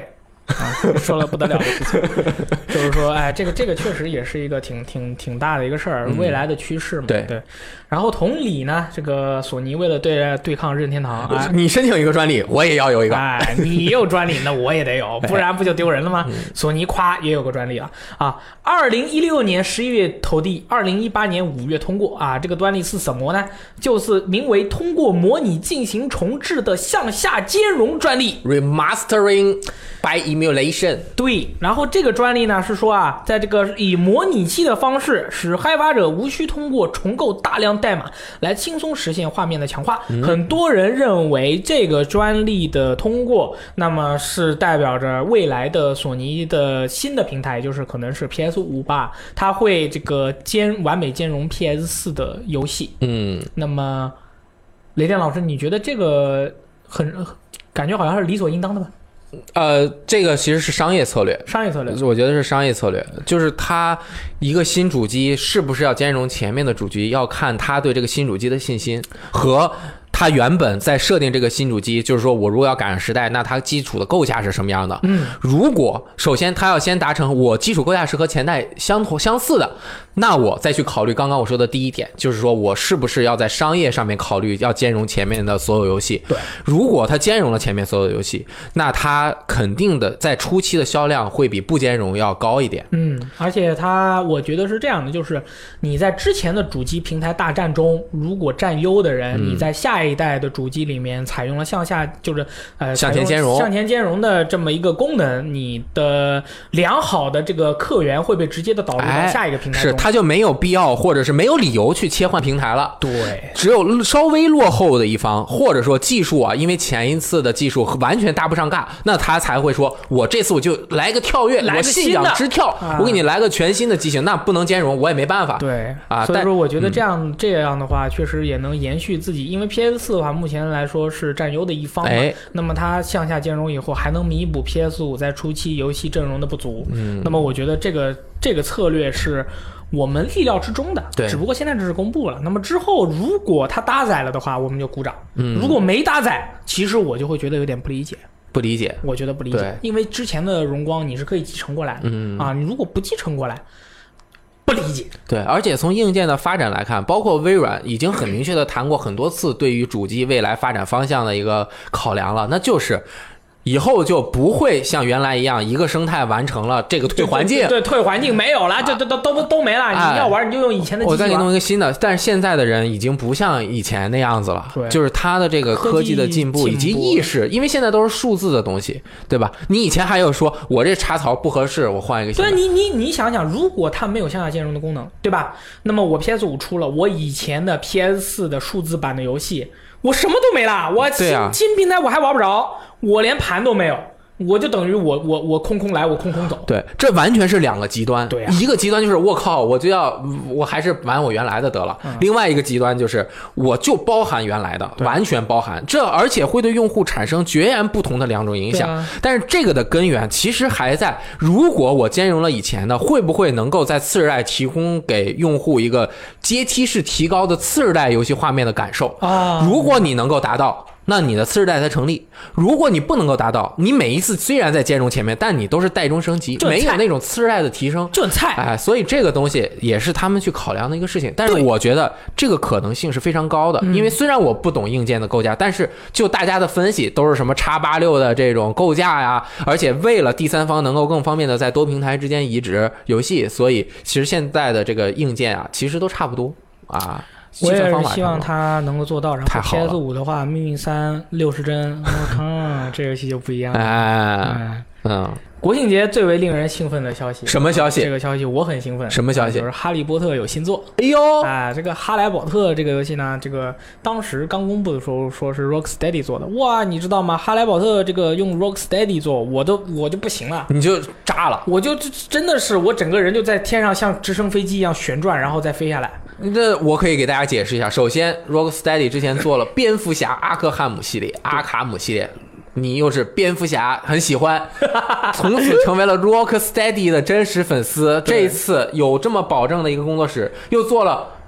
啊，说了不得了的事情，就是说，哎，这个这个确实也是一个挺挺挺大的一个事儿，未来的趋势嘛。 对对。然后同理呢，这个索尼为了对对抗任天堂，哎， 你申请一个专利，我也要有一个。 哎，你有专利，那我也得有，不然不就丢人了吗？ 嗯、 索尼夸也有个专利了啊。二零一六年十一月投递，二零一八年五月通过啊。这个专利是什么呢？就是名为通过模拟进行重置的向下兼容专利 ，Remastering by Emulation。 对，然后这个专利呢是说啊，在这个以模拟器的方式，使开发者无需通过重构大量代码来轻松实现画面的强化。嗯、很多人认为这个专利的通过，那么是代表着未来的索尼的新的平台，就是可能是 P S 五 吧，它会这个兼完美兼容 P S 四 的游戏。 嗯， 那么雷电老师，你觉得这个很感觉好像是理所应当的吧？ 呃，这个其实是商业策略， 商业策略， 我觉得是商业策略，就是它一个新主机是不是要兼容前面的主机，要看它对这个新主机的信心和它原本在设定这个新主机，就是说我如果要赶上时代，那它基础的构架是什么样的？ 嗯， 如果首先它要先达成我基础构架是和前代相同相似的，那我再去考虑刚刚我说的第一点，就是说我是不是要在商业上面考虑要兼容前面的所有游戏。 对， 如果它兼容了前面所有游戏，那它肯定的在初期的销量会比不兼容要高一点。 嗯，而且它我觉得是这样的，就是你在之前的主机平台大战中，如果占优的人，嗯、你在下一代的主机里面采用了向下，就是呃向前兼容、 向前兼容的这么一个功能，你的良好的这个客源会被直接的导入到下一个平台中。 哎、是，它就没有必要，或者是没有理由去切换平台了。 对， 只有稍微落后的一方，或者说技术啊，因为前一次的技术完全搭不上尬，那他才会说，我这次我就来个跳跃， 来个我信仰之跳、 啊， 我给你来个全新的机型，那不能兼容，我也没办法。 对啊， 所以说我觉得这样、 嗯、 这样的话，确实也能延续自己，因为 P S 四 的话，目前来说是占优的一方嘛， 哎、 那么它向下兼容以后，还能弥补 P S 五 在初期游戏阵容的不足。 嗯， 那么我觉得这个这个策略是我们意料之中的， 对， 只不过现在只是公布了。那么之后如果它搭载了的话，我们就鼓掌； 嗯， 如果没搭载，其实我就会觉得有点不理解。 不理解， 我觉得不理解，因为之前的荣光你是可以继承过来的， 嗯啊，你如果不继承过来，不理解。 对，而且从硬件的发展来看，包括微软已经很明确的谈过很多次对于主机未来发展方向的一个考量了，那就是以后就不会像原来一样，一个生态完成了这个退环境， 对，对退环境没有了，就都都都都没了。 哎、 你要玩你就用以前的机器玩。 我再给你弄一个新的，但是现在的人已经不像以前那样子了， 对， 就是他的这个科技的进步以及意识，因为现在都是数字的东西，对吧？你以前还有说我这插槽不合适，我换一个新的。 对，你你你想想，如果它没有向下兼容的功能，对吧？那么我 P S 五 出了，我以前的 P S 四 的数字版的游戏，我什么都没了，我新、啊、新平台我还玩不着，我连盘都没有。我就等于我我我空空来，我空空走。 对，这完全是两个极端。 对、啊， 一个极端就是我靠，我就要我还是玩我原来的得了。嗯、另外一个极端就是我就包含原来的，完全包含。这而且会对用户产生截然不同的两种影响。 啊、 但是这个的根源其实还在，如果我兼容了以前的，会不会能够在次世代提供给用户一个阶梯式提高的次世代游戏画面的感受啊？ 如果你能够达到，那你的次世代才成立。如果你不能够达到，你每一次虽然在兼容前面，但你都是代中升级，没有那种次世代的提升， 就很菜。 哎，所以这个东西也是他们去考量的一个事情。但是我觉得这个可能性是非常高的，因为虽然我不懂硬件的构架，但是就大家的分析都是什么 X 八十六 的这种构架呀，而且为了第三方能够更方便的在多平台之间移植游戏，所以其实现在的这个硬件啊，其实都差不多啊。 我也是希望它能够做到。然后 P S 五 的话，命运三六十帧，我靠，这游戏就不一样了。 哎，嗯， 国庆节最为令人兴奋的消息， 什么消息？ 这个消息我很兴奋。 什么消息？ 就是《哈利波特》有新作。 哎呦， 哎，这个《哈莱波特》这个游戏呢，这个当时刚公布的时候说是 Rocksteady 做的。哇，你知道吗？《哈莱波特》这个用 Rocksteady 做，我都我就不行了， 你就炸了， 我就真的是我整个人就在天上像直升飞机一样旋转，然后再飞下来。 这我可以给大家解释一下。首先 Rocksteady 之前做了蝙蝠侠阿克汉姆系列、阿卡姆系列，你又是蝙蝠侠很喜欢，从此成为了 Rocksteady 的真实粉丝。这一次有这么保证的一个工作室，又做了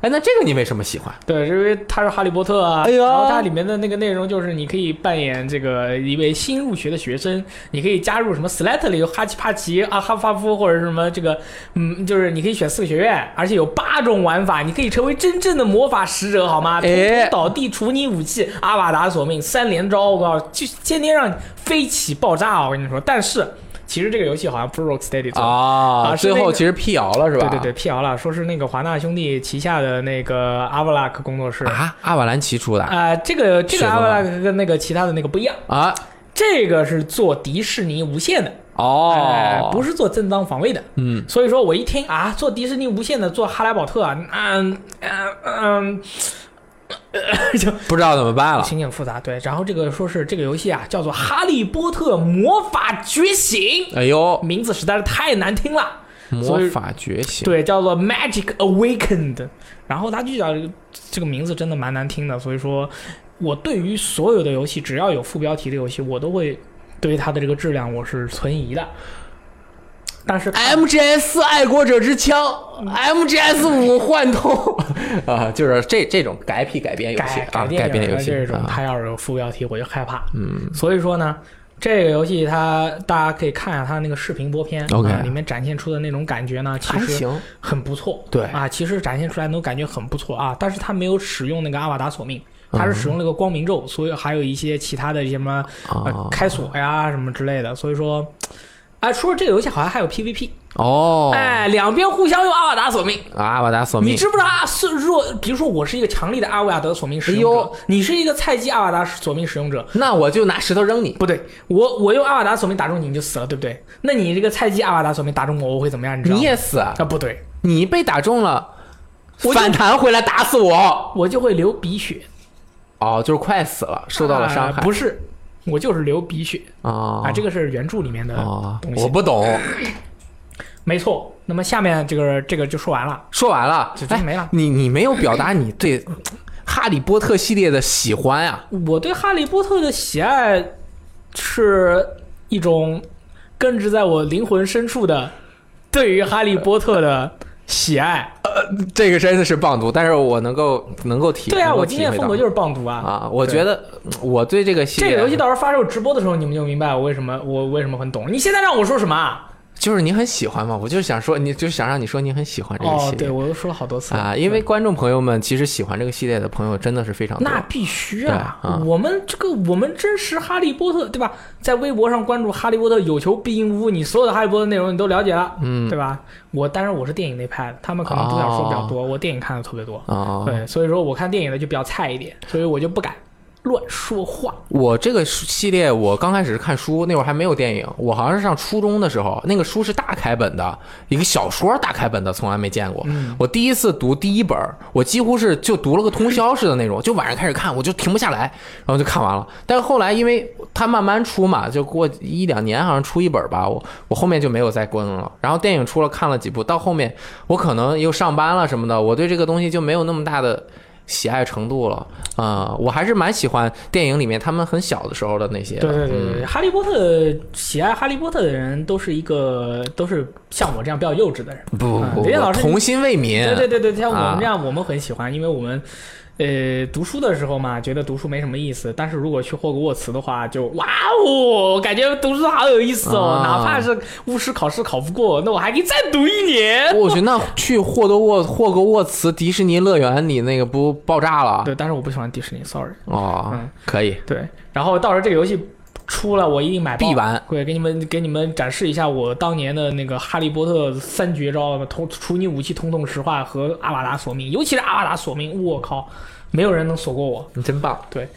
哎，那这个你为什么喜欢？ 对，因为它是哈利波特啊， 哎呀然后它里面的那个内容就是你可以扮演这个一位新入学的学生，你可以加入什么斯莱特林、哈奇帕奇啊、哈法夫或者什么这个，嗯，就是你可以选四个学院，而且有八种玩法，你可以成为真正的魔法使者，好吗？ 哎， 通通倒地、除你武器、阿瓦达索命三连招，我告诉你，就天天让你飞起爆炸，我跟你说。但是其实这个游戏好像不是 Rocksteady 做的啊， 啊， 最后其实辟谣了是吧？ 对对对，辟谣了，说是那个华纳兄弟旗下的那个阿瓦拉克工作室啊，阿瓦兰奇出的啊、呃，这个这个阿瓦拉克跟那个其他的那个不一样啊， 这个是做迪士尼无线的哦、 呃，不是做正当防卫的， 嗯， 所以说我一听啊，做迪士尼无线的，做哈莱宝特啊，嗯嗯嗯。就不知道怎么办了， 情景复杂。对，然后这个说是这个游戏啊，叫做《哈利波特魔法觉醒》。 哎呦， 名字实在是太难听了。 魔法觉醒， 对，叫做 Magic Awakened。然后它就叫这个名字真的蛮难听的，所以说我对于所有的游戏，只要有副标题的游戏，我都会对于它的这个质量我是存疑的。但是 M G S 爱国者之枪、嗯、M G S 五幻痛啊，就是这这种改 I P 改编游戏改啊，改编游戏这种，它要是有副标题我就害怕。 嗯， 所以说呢，这个游戏它大家可以看一下它那个视频播片 ，OK，、 啊、里面展现出的那种感觉呢，其实很不错。 对啊，其实展现出来那种感觉很不错啊，但是它没有使用那个阿瓦达索命。它是使用那个光明咒，嗯、所以还有一些其他的什么、呃、开锁呀什么之类的，所以说。哎，除了这个游戏，好像还有 P V P 哦。 哎，两边互相用阿瓦达索命， 阿瓦达索命， 你知不知道啊？是若比如说我是一个强力的阿瓦达索命使用者，哎、你是一个菜鸡阿瓦达索命使用者， 那我就拿石头扔你。 不对，我我用阿瓦达索命打中你，你就死了，对不对？那你这个菜鸡阿瓦达索命打中我，我会怎么样？你知道吗？ 你也死啊？ 啊，不对， 你被打中了，反弹回来打死我， 我就会流鼻血。 哦，就是快死了，受到了伤害。 啊、不是。我就是流鼻血啊、 啊！这个是原著里面的东西， 哦、我不懂。 没错，那么下面这个这个就说完了， 说完了， 就就没了。 哎、你你没有表达你对哈利波特系列的喜欢啊？ 我对哈利波特的喜爱是一种根植在我灵魂深处的对于哈利波特的喜爱。 呃，这个真的是棒读，但是我能够能够体对啊，我今天风格就是棒读啊啊！我觉得我对这个系列这个游戏到时候发售直播的时候，你们就明白我为什么我为什么很懂。你现在让我说什么啊？ 就是你很喜欢嘛，我就是想说，你就是想让你说你很喜欢这个系列。 哦，对，我又说了好多次啊，因为观众朋友们其实喜欢这个系列的朋友真的是非常多。 那必须啊！ 啊我们这个我们真实哈利波特，对吧？在微博上关注哈利波特有求必应屋，你所有的哈利波特内容你都了解了， 嗯， 对吧？我当然我是电影那派的，他们可能读小说比较多，哦、我电影看的特别多， 哦， 对，所以说我看电影的就比较菜一点，所以我就不敢乱说话。 我这个系列我刚开始是看书，那会儿还没有电影，我好像是上初中的时候，那个书是大开本的，一个小说大开本的，从来没见过。 嗯、 我第一次读第一本，我几乎是就读了个通宵似的那种，就晚上开始看，我就停不下来，然后就看完了。但是后来因为它慢慢出嘛，就过一两年好像出一本吧，我我后面就没有再跟了。然后电影出了看了几部，到后面我可能又上班了什么的，我对这个东西就没有那么大的喜爱程度了啊、呃！我还是蛮喜欢电影里面他们很小的时候的那些。 对对对对，嗯、哈利波特喜爱哈利波特的人都是一个都是像我这样比较幼稚的人。 不不不， 雷电老师童心未泯。 对对对对，像我们这样、啊、我们很喜欢，因为我们。呃，读书的时候嘛，觉得读书没什么意思，但是如果去霍格沃茨的话，就哇哦，感觉读书好有意思哦。啊、哪怕是巫师考试考不过，那我还可以再读一年。 我去，那去霍德沃霍格沃茨迪士尼乐园，你那个不爆炸了？ 对，但是我不喜欢迪士尼 ，sorry。 哦，嗯，可以。 对，然后到时候这个游戏出了，我一定买必玩， 会给你们给你们展示一下我当年的那个哈利波特三绝招：通除你武器、通通石化和阿瓦达索命，尤其是阿瓦达索命，我靠！没有人能锁过我， 你真棒。 对，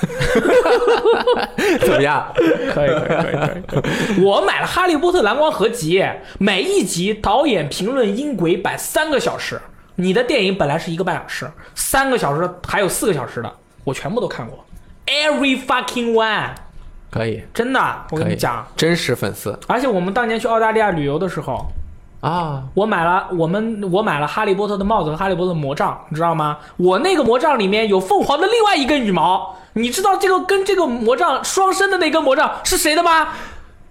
怎么样？ 可以，可以，可以，可以。我买了《哈利波特》蓝光合集，每一集导演评论音轨摆三个小时。你的电影本来是一个半小时，三个小时还有四个小时的，我全部都看过 ，every fucking one。 可以， 真的，我跟你讲， 真实粉丝。 而且我们当年去澳大利亚旅游的时候。 啊！ 我买了，我们我买了哈利波特的帽子和哈利波特的魔杖，你知道吗？我那个魔杖里面有凤凰的另外一根羽毛，你知道这个跟这个魔杖双生的那根魔杖是谁的吗？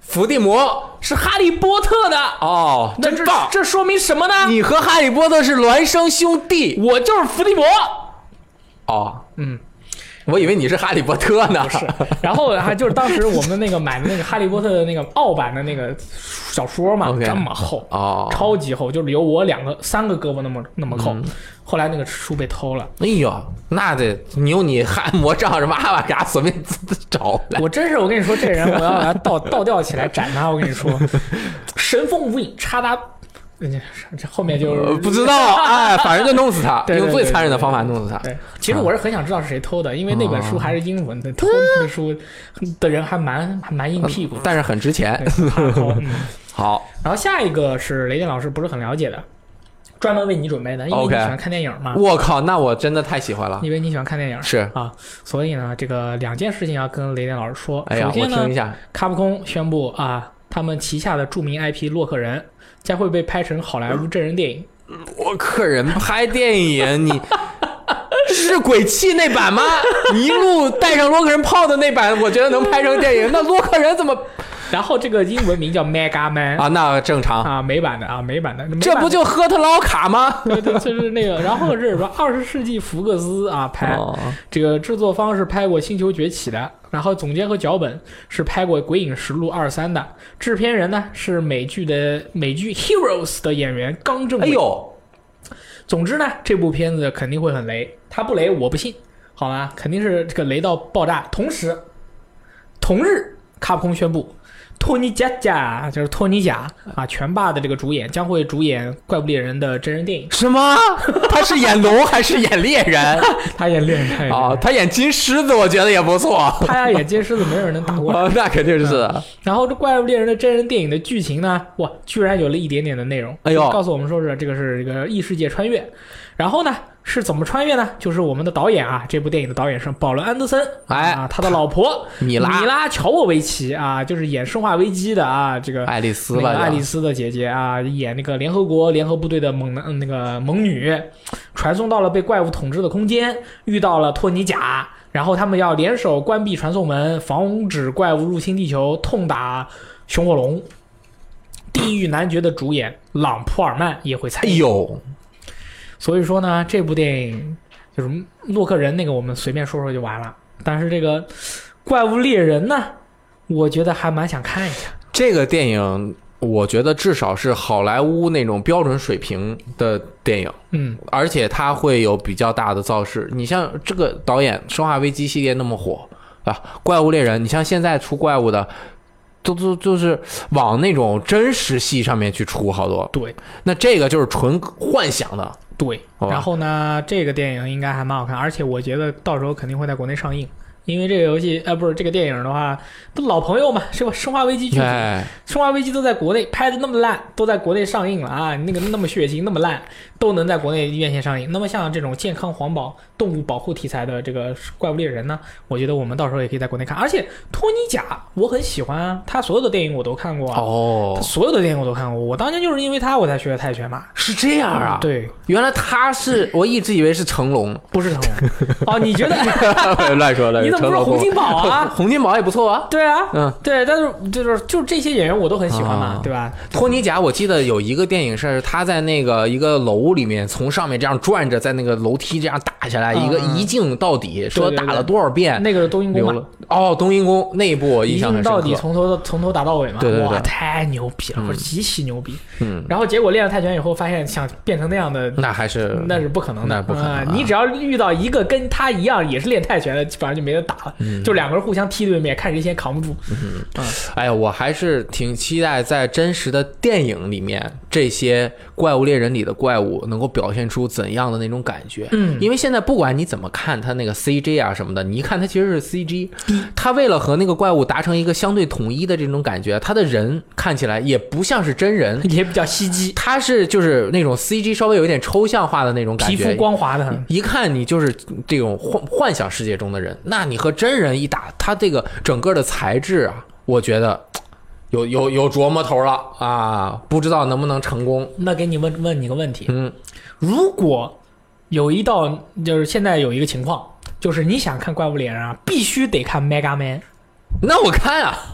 伏地魔是哈利波特的哦， 那这真棒！ 这说明什么呢？ 你和哈利波特是孪生兄弟， 我就是伏地魔。 哦， 嗯。 我以为你是哈利波特呢。 不是，然后还就是当时我们那个买的那个哈利波特的那个澳版的那个小说嘛， okay. 这么厚哦， 超级厚，就是有我两个三个胳膊那么那么厚。 嗯、 后来那个书被偷了。 哎呦，那得你用你汉魔杖什么阿瓦嘎随便找来。 我真是，我跟你说，这人我要把他倒倒吊起来斩他。我跟你说，神风无影，插他。这后面就、 呃、不知道，哎，反正就弄死他， 对对对对对， 用最残忍的方法弄死他。 对，其实我是很想知道是谁偷的，因为那本书还是英文的，偷那本书的人还蛮还蛮硬屁股、嗯， 但是很值钱。 嗯、 好， 然后下一个是雷电老师不是很了解的，专门为你准备的，因为你喜欢看电影嘛。 我靠，那我真的太喜欢了。 因为你喜欢看电影是啊，所以呢，这个两件事情要跟雷电老师说。 哎呀， 首先呢， 我听一下， 卡普空宣布啊，他们旗下的著名 I P 洛克人将会被拍成好莱坞真人电影。 洛克人拍电影，你是鬼泣那版吗？你一路带上洛克人炮的那版，我觉得能拍成电影。那洛克人怎么？ 然后这个英文名叫 Mega Man 啊，那正常啊，美版的啊，美版的，美版的这不就赫特劳卡吗？ 对对，就是那个。然后是说二十世纪福克斯啊拍、哦、这个制作方是拍过《星球崛起》的，然后总监和脚本是拍过《鬼影实录二三》的，制片人呢是美剧的美剧 Heroes 的演员刚正伟。 哎呦， 总之呢，这部片子肯定会很雷，他不雷我不信，好吗？肯定是这个雷到爆炸。同时，同日，卡普空宣布。托尼贾贾就是托尼贾啊，拳霸的这个主演将会主演《怪物猎人》的真人电影。 什么？他是演龙还是演猎人？ 他演猎人。他哦，他演金狮子，我觉得也不错。 他要演金狮子，没有人能打过来。 哦，那肯定是、 嗯。然后这《怪物猎人》的真人电影的剧情呢，哇，居然有了一点点的内容。 哎呦， 告诉我们说是这个是一个异世界穿越。然后呢，是怎么穿越呢？就是我们的导演啊，这部电影的导演是保罗·安德森， 哎啊，他的老婆米拉米拉·乔沃维奇啊，就是演《生化危机》的啊，这个爱丽丝吧， 那个爱丽丝的姐姐啊，演那个联合国联合部队的猛男那个猛女，传送到了被怪物统治的空间，遇到了托尼贾，然后他们要联手关闭传送门，防止怪物入侵地球，痛打熊火龙。地狱男爵的主演朗普尔曼也会参与。 哎呦。 所以说呢，这部电影就是洛克人那个，我们随便说说就完了。但是这个怪物猎人呢，我觉得还蛮想看一下。 这个电影，我觉得至少是好莱坞那种标准水平的电影， 嗯， 而且它会有比较大的造势。你像这个导演，《生化危机》系列那么火啊，怪物猎人，你像现在出怪物的。都都就是往那种真实戏上面去出好多， 对， 那这个就是纯幻想的， 对。然后呢，这个电影应该还蛮好看，而且我觉得到时候肯定会在国内上映，因为这个游戏，呃，不是这个电影的话，都老朋友嘛，是吧？生化危机剧组，生化危机都在国内拍的那么烂，都在国内上映了啊，那个那么血腥，那么烂，都能在国内院线上映。那么像这种健康环保、动物保护题材的这个怪物猎人呢，我觉得我们到时候也可以在国内看。而且托尼贾我很喜欢啊，他所有的电影我都看过啊， 哦， 他所有的电影我都看过。我当年就是因为他我才学的泰拳嘛。 是这样啊？ 嗯、对， 原来他是，我一直以为是成龙， 不是成龙。哦，你觉得？ 乱说了， 你怎么不说洪金宝啊？ 洪金宝也不错啊。 对啊， 嗯， 对，但是就是就这些演员我都很喜欢嘛，哦、对吧？ 托尼贾，我记得有一个电影是他在那个一个楼里面，从上面这样转着，在那个楼梯这样打下来，嗯、一个一镜到底，嗯、说打了多少遍。 对对对，那个是冬阴功嘛？ 哦，冬阴功那一部我印象很深刻， 一镜到底，从头从头打到尾嘛。 对对对， 哇，太牛逼了，或者极其牛逼。 嗯。 然后结果练了泰拳以后，发现想变成那样的， 那还是那是不可能的， 那不可能、啊嗯。你只要遇到一个跟他一样也是练泰拳的，基本上就没得打了， 嗯、 就两个人互相踢对面，看谁先扛不住。 嗯，嗯哎呀，我还是挺期待在真实的电影里面，这些怪物猎人里的怪物能够表现出怎样的那种感觉。 嗯， 因为现在不管你怎么看他那个 C G 啊什么的，你一看他其实是 C G， 他为了和那个怪物达成一个相对统一的这种感觉，他的人看起来也不像是真人， 也比较吸肌， 他是就是那种 C G 稍微有一点抽象化的那种感觉， 皮肤光滑的， 一看你就是这种幻幻想世界中的人。那你和真人一打，他这个整个的材质啊，我觉得有有有琢磨头了啊，不知道能不能成功。 那给你问问你个问题， 嗯， 如果有一道就是现在有一个情况，就是你想看怪物猎人啊，必须得看 Mega Man， 那我看啊，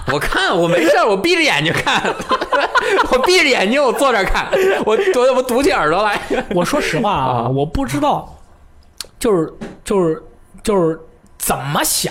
我看我没事我闭着眼睛看，我闭着眼睛我坐这儿看，我我我堵起耳朵来。 我说实话啊， 啊我不知道，就是就是就是怎么想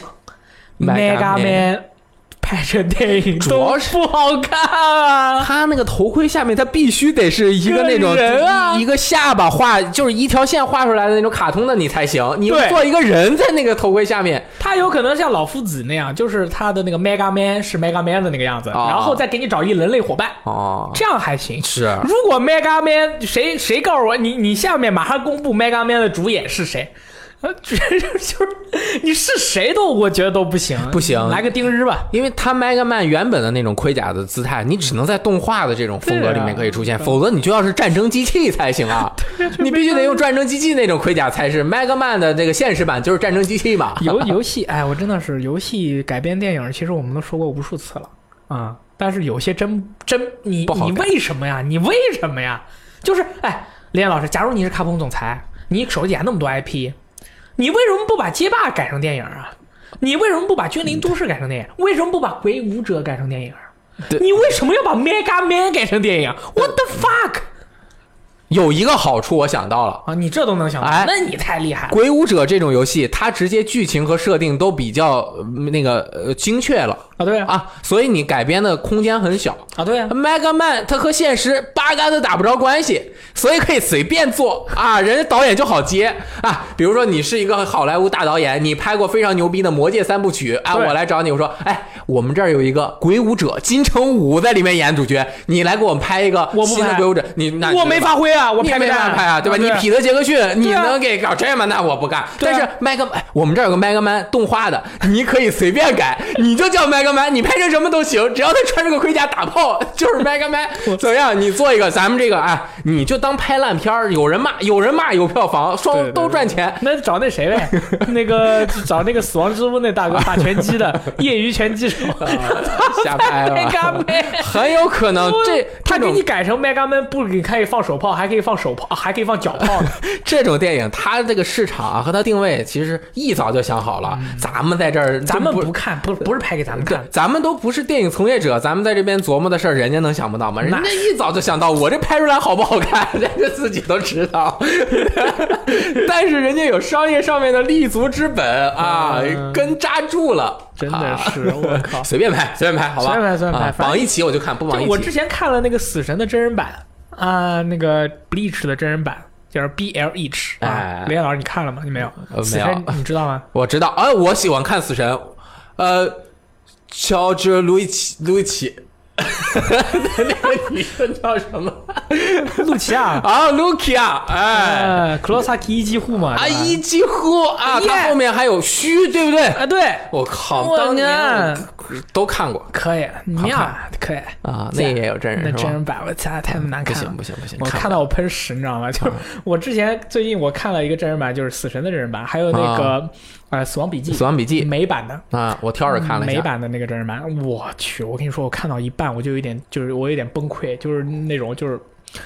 ，Mega Man 拍成电影都主要是不好看啊。 他那个头盔下面，他必须得是一个那种人啊一个下巴画，就是一条线画出来的那种卡通的，你才行。你对做一个人在那个头盔下面， 他有可能像老夫子那样，就是他的那个 Mega Man 是 Mega Man 的那个样子， 哦然后再给你找一人类伙伴， 哦， 这样还行。 是如果 Mega Man 谁谁告诉我你你下面马上公布 Mega Man 的主演是谁？呃，就是你是谁都我觉得都不行， 不行来个丁日吧。 因为他 Mega Man 原本的那种盔甲的姿态，你只能在动画的这种风格里面可以出现， 啊、 否则你就要是战争机器才行啊！你必须得用战争机器那种盔甲才是 Mega Man 的这个现实版，就是战争机器嘛。 游游戏，哎，我真的是游戏改编电影，其实我们都说过无数次了啊、嗯，但是有些真真你你为什么呀？你为什么呀？就是哎，林岩老师，假如你是卡普空总裁，你手底下那么多 I P。你为什么不把街霸改成电影啊？你为什么不把君临都市改成电影？为什么不把鬼武者改成电影？你为什么要把 Mega Man 改成电影 ？What the fuck？ 有一个好处我想到了啊，你这都能想到， 哎、 那你太厉害了。 鬼武者这种游戏，它直接剧情和设定都比较、呃、那个呃精确了啊，对啊， 啊，所以你改编的空间很小啊，对啊。 Mega Man 它和现实八竿子打不着关系，所以可以随便做啊，人家导演就好接啊。比如说你是一个好莱坞大导演，你拍过非常牛逼的《魔戒》三部曲啊，我来找你，我说，哎，我们这儿有一个鬼武者金城武在里面演主角，你来给我们拍一个新的鬼武者，你那我没发挥啊，我拍没办法拍啊，对吧？ 对你彼得杰克逊，你能给搞这么？那我不干。但是 Mega Man， 我们这儿有个 Mega Man 动画的，你可以随便改，你就叫 Mega Man， 你拍成什么都行，只要他穿着个盔甲打炮就是 Mega Man。怎么样？你做一个咱们这个啊，你就当拍烂片儿，有人骂，有人骂，有票房，双都赚钱。 那找那谁呗？那个找那个死亡之屋那大哥打拳击的业余拳击手， 瞎拍了，很有可能这他给你改成 Mega Man， 不仅可以放手炮，还可以放手炮，还可以放脚炮。 这种电影，它这个市场啊和它定位，其实一早就想好了。嗯、咱们在这儿， 咱们不看，不不是拍给咱们看， 咱们都不是电影从业者，咱们在这边琢磨的事儿，人家能想不到吗？人家一早就想到，我这拍出来好不好看，人家自己都知道。但是人家有商业上面的立足之本啊，嗯、根扎住了。 真的是，我靠！ 随便拍，随便拍，好吧？ 随便拍，随便拍。 榜、啊、一起我就看，不榜一起。 我之前看了那个死神的真人版啊，那个 Bleach 的真人版。叫 B L H 啊， 哎， 雷老师你看了吗？你没有？ 呃、 死神你知道吗？ 我知道，哎、啊，我喜欢看死神，呃，乔治·路易奇，路易奇，那个女生叫什么？ 露琪亚啊，露琪亚，哎， 克罗萨基一几乎嘛？ 啊，一几乎啊，他后面还有虚，对不对？ 啊，对， 我靠，当年都看过， 可以，你呀，可以啊，那也有真人， 那真人版我操，太难看了， 不行不行不行， 我看到我喷屎，你知道吗？就是我之前最近我看了一个真人版，就是死神的真人版，还有那个呃死亡笔记， 死亡笔记美版的啊，我挑着看了一下美版的那个真人版，我去，我跟你说，我看到一半我就有点，就是我有点崩溃，就是那种就是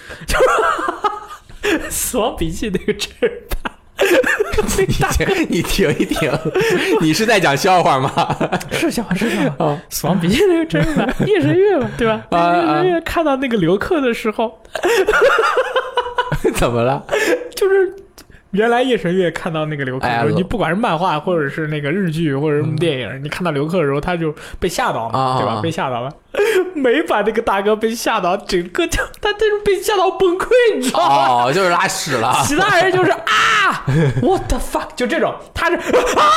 就是死亡笔记那个真人版。 你停，你停一停，你是在讲笑话吗？ 是笑话，是笑话。哦、死亡笔记那个真人版，夜神月嘛，对吧？ 啊、 夜神月看到那个刘克的时候， 怎么了？ 就是原来夜神月看到那个刘克的时候， 哎、 你不管是漫画或者是那个日剧或者什么电影，嗯、你看到刘克的时候，他就被吓到了， 啊、 对吧？被吓到了。美版那个大哥被吓到，整个就他这种被吓到崩溃，你知道吗？ 哦，就是拉屎了。 其他人就是啊 ，what the fuck， 就这种，他是啊，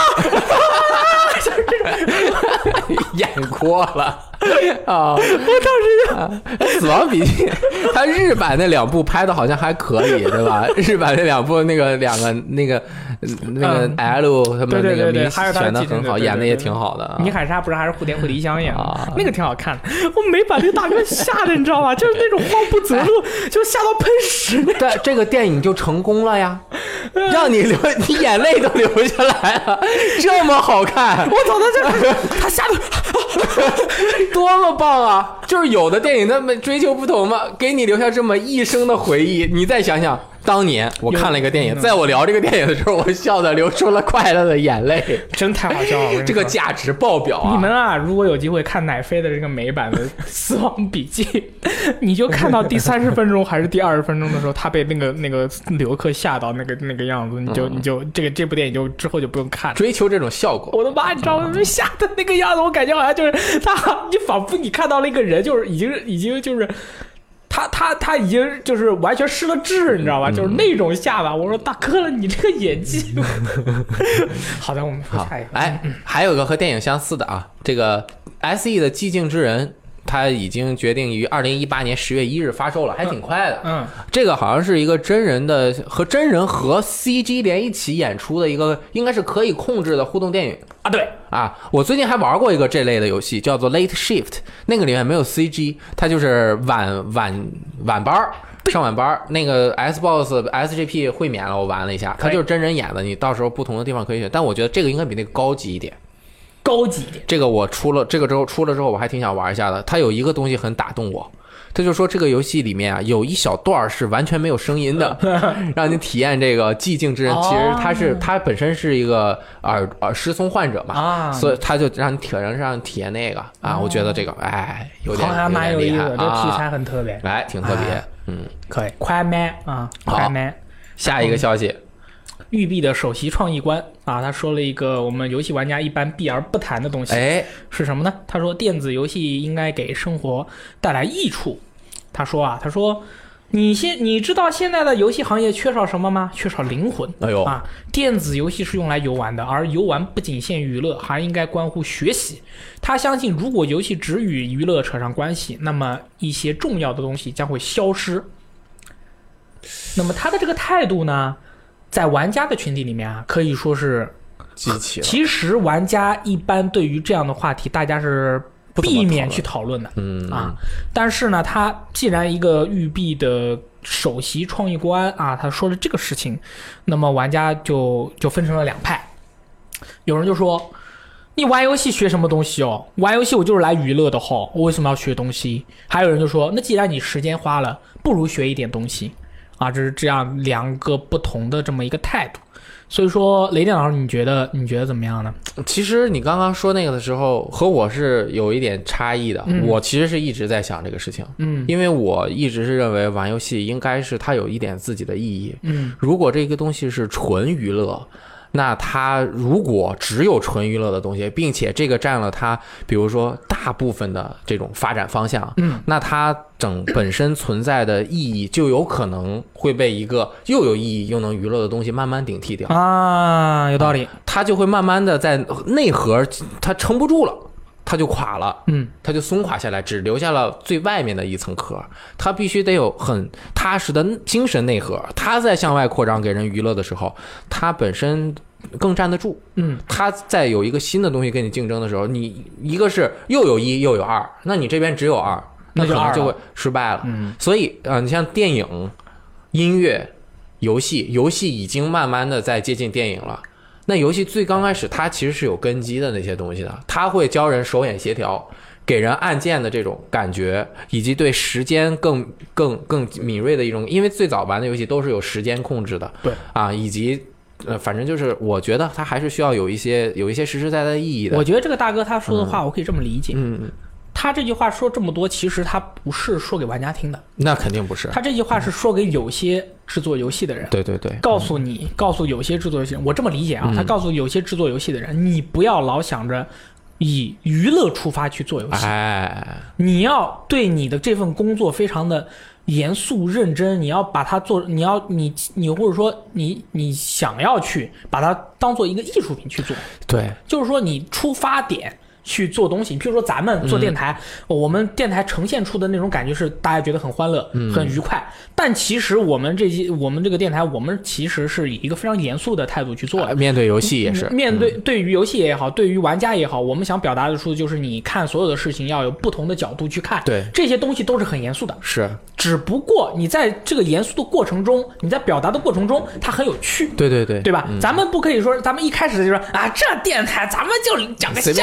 就是这种， 演过了啊。我当时就、 啊《死亡笔记》，他日版那两部拍的好像还可以，对吧？日版那两部那个两个那个那个 L 他们那个明星选的很好，演的也挺好的。 米海莎不是还是户田惠梨香演的，那个挺好看的。我没把这个大哥吓的，你知道吗？就是那种慌不择路，就吓到喷屎。 对，这个电影就成功了呀，让你流，你眼泪都流下来了，这么好看。 我操，他这他吓的多么棒啊！就是有的电影他们追求不同嘛，给你留下这么一生的回忆。你再想想， 当年我看了一个电影，在我聊这个电影的时候，我笑得流出了快乐的眼泪， 真太好笑了。 这个价值爆表啊！ 你们啊，如果有机会看乃飞的这个美版的《死亡笔记》，你就看到第三十分钟还是第二十分钟的时候，他被那个那个刘克吓到那个那个样子，你就、嗯、你就这个这部电影就之后就不用看了。 追求这种效果， 我的妈！你知道吗？吓的那个样子，我感觉好像就是他，你仿佛你看到了一个人，就是已经已经就是。他他他已经就是完全失了智，你知道吧？嗯、就是那种下巴。我说大哥了，你这个演技。好的，我们说下一个。 哎，还有一个和电影相似的啊，这个 S E 的《寂静之人》。它已经决定于二零一八年十月一日发售了，还挺快的。 嗯， 这个好像是一个真人的和真人和 C G 连一起演出的一个，应该是可以控制的互动电影啊。对啊，我最近还玩过一个这类的游戏，叫做 Late Shift， 那个里面没有 C G， 它就是晚晚晚班上晚班。那个 Xbox S G P 会免了，我玩了一下，它就是真人演的，你到时候不同的地方可以选，但我觉得这个应该比那个高级一点。 高级一点，这个我出了这个之后出了之后，我还挺想玩一下的。它有一个东西很打动我，他就说这个游戏里面啊，有一小段是完全没有声音的，让你体验这个寂静之人。其实他是他本身是一个耳耳失聪患者嘛， 啊， 所以他就让你体验让你体验那个啊。我觉得这个哎有点好像蛮有意思的，这题材很特别， 哎，挺特别，嗯， 可以快慢啊，快慢。 下一个消息。 育碧的首席创意官啊，他说了一个我们游戏玩家一般避而不谈的东西， 哎， 是什么呢？他说电子游戏应该给生活带来益处。他说啊，他说你现你知道现在的游戏行业缺少什么吗？缺少灵魂。 哎呦啊，电子游戏是用来游玩的，而游玩不仅限娱乐，还应该关乎学习。他相信，如果游戏只与娱乐扯上关系，那么一些重要的东西将会消失。那么他的这个态度呢？在玩家的群体里面啊，可以说是激起了。 其实玩家一般对于这样的话题，大家是避免去讨论的， 嗯啊。但是呢，他既然一个育碧的首席创意官啊，他说了这个事情，那么玩家就就分成了两派。有人就说，你玩游戏学什么东西哦？玩游戏我就是来娱乐的吼，我为什么要学东西？还有人就说，那既然你时间花了，不如学一点东西。啊，这是这样两个不同的这么一个态度，所以说雷电老师，你觉得你觉得怎么样呢？ 其实你刚刚说那个的时候，和我是有一点差异的。嗯、我其实是一直在想这个事情， 嗯， 因为我一直是认为玩游戏应该是它有一点自己的意义， 嗯， 如果这个东西是纯娱乐。那它如果只有纯娱乐的东西，并且这个占了它比如说大部分的这种发展方向， 嗯， 那它整本身存在的意义就有可能会被一个又有意义又能娱乐的东西慢慢顶替掉啊，有道理， 它就会慢慢的在内核它撑不住了，它就垮了， 嗯， 它就松垮下来，只留下了最外面的一层壳。它必须得有很踏实的精神内核，它在向外扩张给人娱乐的时候，它本身更站得住。 嗯， 它在有一个新的东西跟你竞争的时候，你一个是又有一又有二，那你这边只有二，那可能就会失败了。 嗯， 所以啊、呃，你像电影、音乐、游戏，游戏已经慢慢的在接近电影了。那游戏最刚开始它其实是有根基的那些东西的，它会教人手眼协调，给人按键的这种感觉，以及对时间更更更敏锐的一种，因为最早玩的游戏都是有时间控制的， 对啊，以及呃，反正就是我觉得它还是需要有一些有一些实实在在的意义的。 我觉得这个大哥他说的话，我可以这么理解， 嗯嗯。 他这句话说这么多，其实他不是说给玩家听的， 那肯定不是。 他这句话是说给有些制作游戏的人， 对对对， 告诉你，嗯、告诉有些制作游戏人，我这么理解啊， 嗯、 他告诉有些制作游戏的人，你不要老想着以娱乐出发去做游戏， 哎， 你要对你的这份工作非常的严肃认真，你要把它做，你要你你或者说你你想要去把它当做一个艺术品去做， 对， 就是说你出发点去做东西，譬如说咱们做电台、嗯、我们电台呈现出的那种感觉是大家觉得很欢乐、嗯、很愉快，但其实我们这些我们这个电台我们其实是以一个非常严肃的态度去做的、啊、 面对游戏也是面对、嗯、对于游戏也好，对于玩家也好，我们想表达的出就是你看所有的事情要有不同的角度去看， 对， 这些东西都是很严肃的， 是，只不过你在这个严肃的过程中，你在表达的过程中它很有趣， 对对对， 对吧、 嗯、 咱们不可以说咱们一开始就说啊这电台咱们就讲个笑话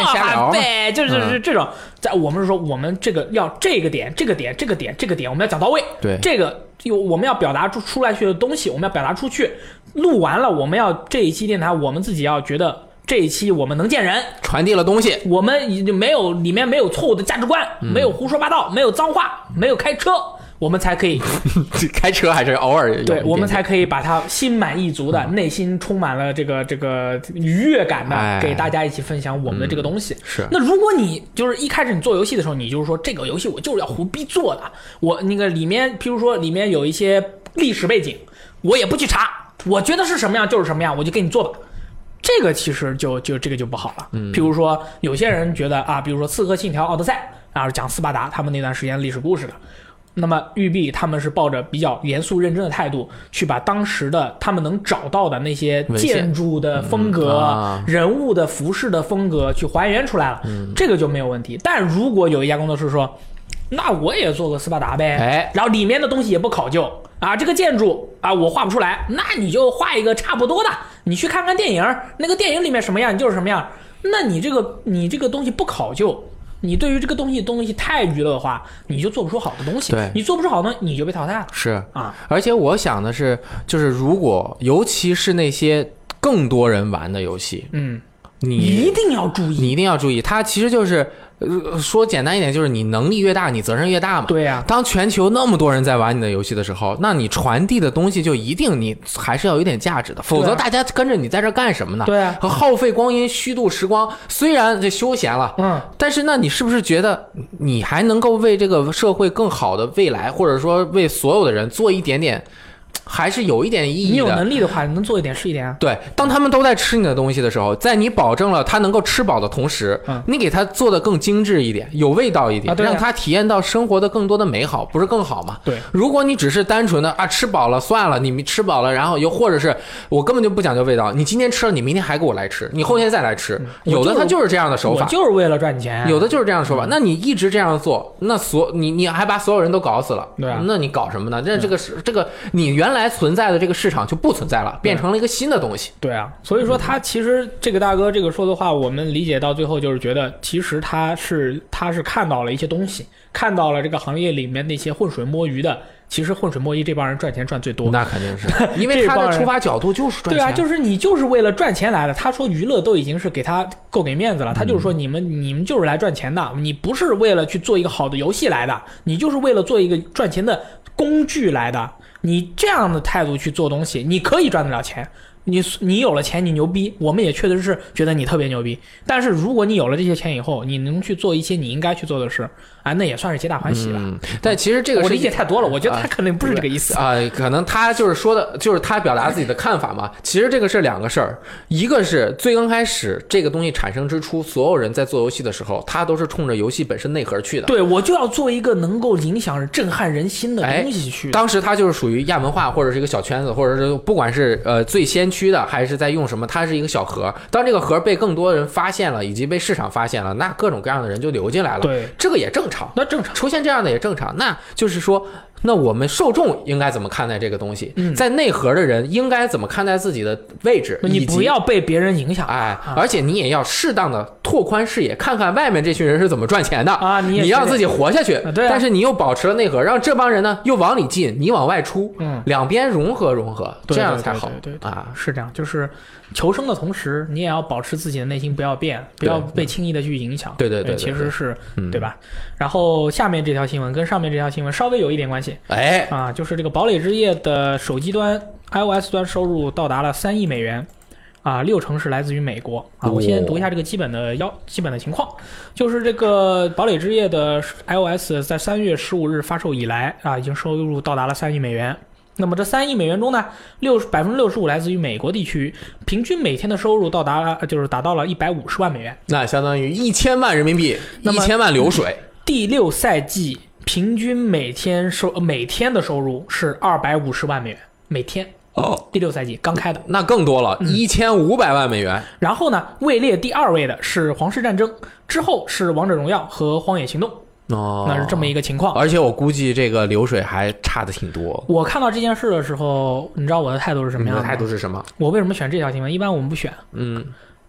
嘛呗，就是是这种，在我们是说我们这个要这个点、这个点、这个点、这个点，我们要讲到位。 对， 这个有我们要表达出出来去的东西，我们要表达出去。录完了，我们要这一期电台，我们自己要觉得这一期我们能见人， 传递了东西， 我们已经没有里面没有错误的价值观， 嗯、 没有胡说八道，没有脏话，没有开车。我们才可以开车，还是偶尔有对，我们才可以把它心满意足的、嗯、内心充满了这个这个愉悦感的、哎、给大家一起分享我们的这个东西。 嗯、是。 那如果你就是一开始你做游戏的时候，你就是说这个游戏我就是要胡逼做的，我那个里面，譬如说里面有一些历史背景，我也不去查，我觉得是什么样就是什么样，我就给你做吧。这个其实就就这个就不好了。嗯。譬如说有些人觉得啊，比如说《刺客信条：奥德赛》，然后讲斯巴达他们那段时间历史故事的。那么育碧他们是抱着比较严肃认真的态度，去把当时的他们能找到的那些建筑的风格、嗯啊、人物的服饰的风格去还原出来了、嗯、这个就没有问题。但如果有一家工作室说，那我也做个斯巴达呗， 哎， 然后里面的东西也不考究啊，这个建筑啊我画不出来，那你就画一个差不多的，你去看看电影，那个电影里面什么样你就是什么样，那你这个你这个东西不考究，你对于这个东西东西太娱乐的话，你就做不出好的东西。 对， 你做不出好的，你就被淘汰了。 是啊， 而且我想的是，就是如果尤其是那些更多人玩的游戏， 嗯， 你一定要注意， 你一定要注意，它其实就是。呃，说简单一点，就是你能力越大，你责任越大嘛。 对呀、啊。 当全球那么多人在玩你的游戏的时候，那你传递的东西就一定你还是要有点价值的，否则大家跟着你在这干什么呢？ 对啊。 和耗费光阴、虚度时光，虽然这休闲了， 嗯， 但是那你是不是觉得你还能够为这个社会更好的未来，或者说为所有的人做一点点？还是有一点意义的。 你有能力的话，你能做一点是一点啊。 对，当他们都在吃你的东西的时候，在你保证了他能够吃饱的同时， 嗯、 你给他做的更精致一点，有味道一点， 啊对啊， 让他体验到生活的更多的美好，不是更好吗？ 对。 如果你只是单纯的啊吃饱了算了，你吃饱了，然后又或者是我根本就不讲究味道，你今天吃了，你明天还给我来吃，你后天再来吃， 嗯、 有的他就是这样的手法， 我就是为了赚钱， 有的就是这样的手法。嗯、那你一直这样做，那所你你还把所有人都搞死了， 对啊， 那你搞什么呢？这这个是这个你原来存在的这个市场就不存在了，变成了一个新的东西。 对啊，所以说他其实这个大哥这个说的话，我们理解到最后就是觉得，其实他是他是看到了一些东西，看到了这个行业里面那些浑水摸鱼的。其实浑水摸鱼这帮人赚钱赚最多， 那肯定是因为他的出发角度就是赚钱。 对啊，就是你就是为了赚钱来的。他说娱乐都已经是给他够给面子了，他就是说你们、嗯、你们就是来赚钱的，你不是为了去做一个好的游戏来的，你就是为了做一个赚钱的工具来的。你这样的态度去做东西，你可以赚得了钱。你你有了钱，你牛逼，我们也确实是觉得你特别牛逼。但是如果你有了这些钱以后，你能去做一些你应该去做的事啊，那也算是皆大欢喜了。 嗯、但其实这个我理解太多了，我觉得他肯定不是这个意思啊、呃，可能他就是说的，就是他表达自己的看法嘛。其实这个是两个事儿，一个是最刚开始这个东西产生之初，所有人在做游戏的时候，他都是冲着游戏本身内核去的。 对，我就要做一个能够影响、震撼人心的东西去。 当时他就是属于亚文化或者是一个小圈子，或者是不管是呃最先驱的还是在用什么，它是一个小盒。当这个盒被更多人发现了，以及被市场发现了，那各种各样的人就流进来了。 对， 这个也正常， 那正常出现这样的也正常。那就是说，那我们受众应该怎么看待这个东西？ 嗯、 在内核的人应该怎么看待自己的位置？ 你不要被别人影响， 哎，啊、而且你也要适当的拓宽视野，看看外面这群人是怎么赚钱的啊！你也你让自己活下去， 啊对啊、 但是你又保持了内核，让这帮人呢又往里进，你往外出， 嗯， 两边融合融合， 对这样才好。 对对对对啊， 是这样，就是求生的同时，你也要保持自己的内心不要变，不要被轻易的去影响。 对对 对, 对, 对, 对，其实是、 嗯、 对吧？然后下面这条新闻跟上面这条新闻稍微有一点关系， 哎啊，就是这个堡垒之夜的手机端 iOS 端收入到达了三亿美元。啊，六成是来自于美国啊！我先读一下这个基本的要基本的情况，就是这个堡垒之夜的 iOS 在三月十五日发售以来啊，已经收入到达了三亿美元。那么这三亿美元中呢，六百分之六十五来自于美国地区，平均每天的收入到达就是达到了一百五十万美元， 那相当于一千万人民币，一千万流水。 第六赛季平均每天收每天的收入是二百五十万美元每天。 哦， 第六赛季刚开的， 那更多了，一千五百万美元、嗯。 然后呢，位列第二位的是《皇室战争》，之后是《王者荣耀》和《荒野行动》。 哦， 那是这么一个情况。 而且我估计这个流水还差的挺多。 我看到这件事的时候，你知道我的态度是什么样的？ 你的态度是什么？ 我为什么选这条新闻？一般我们不选。 嗯，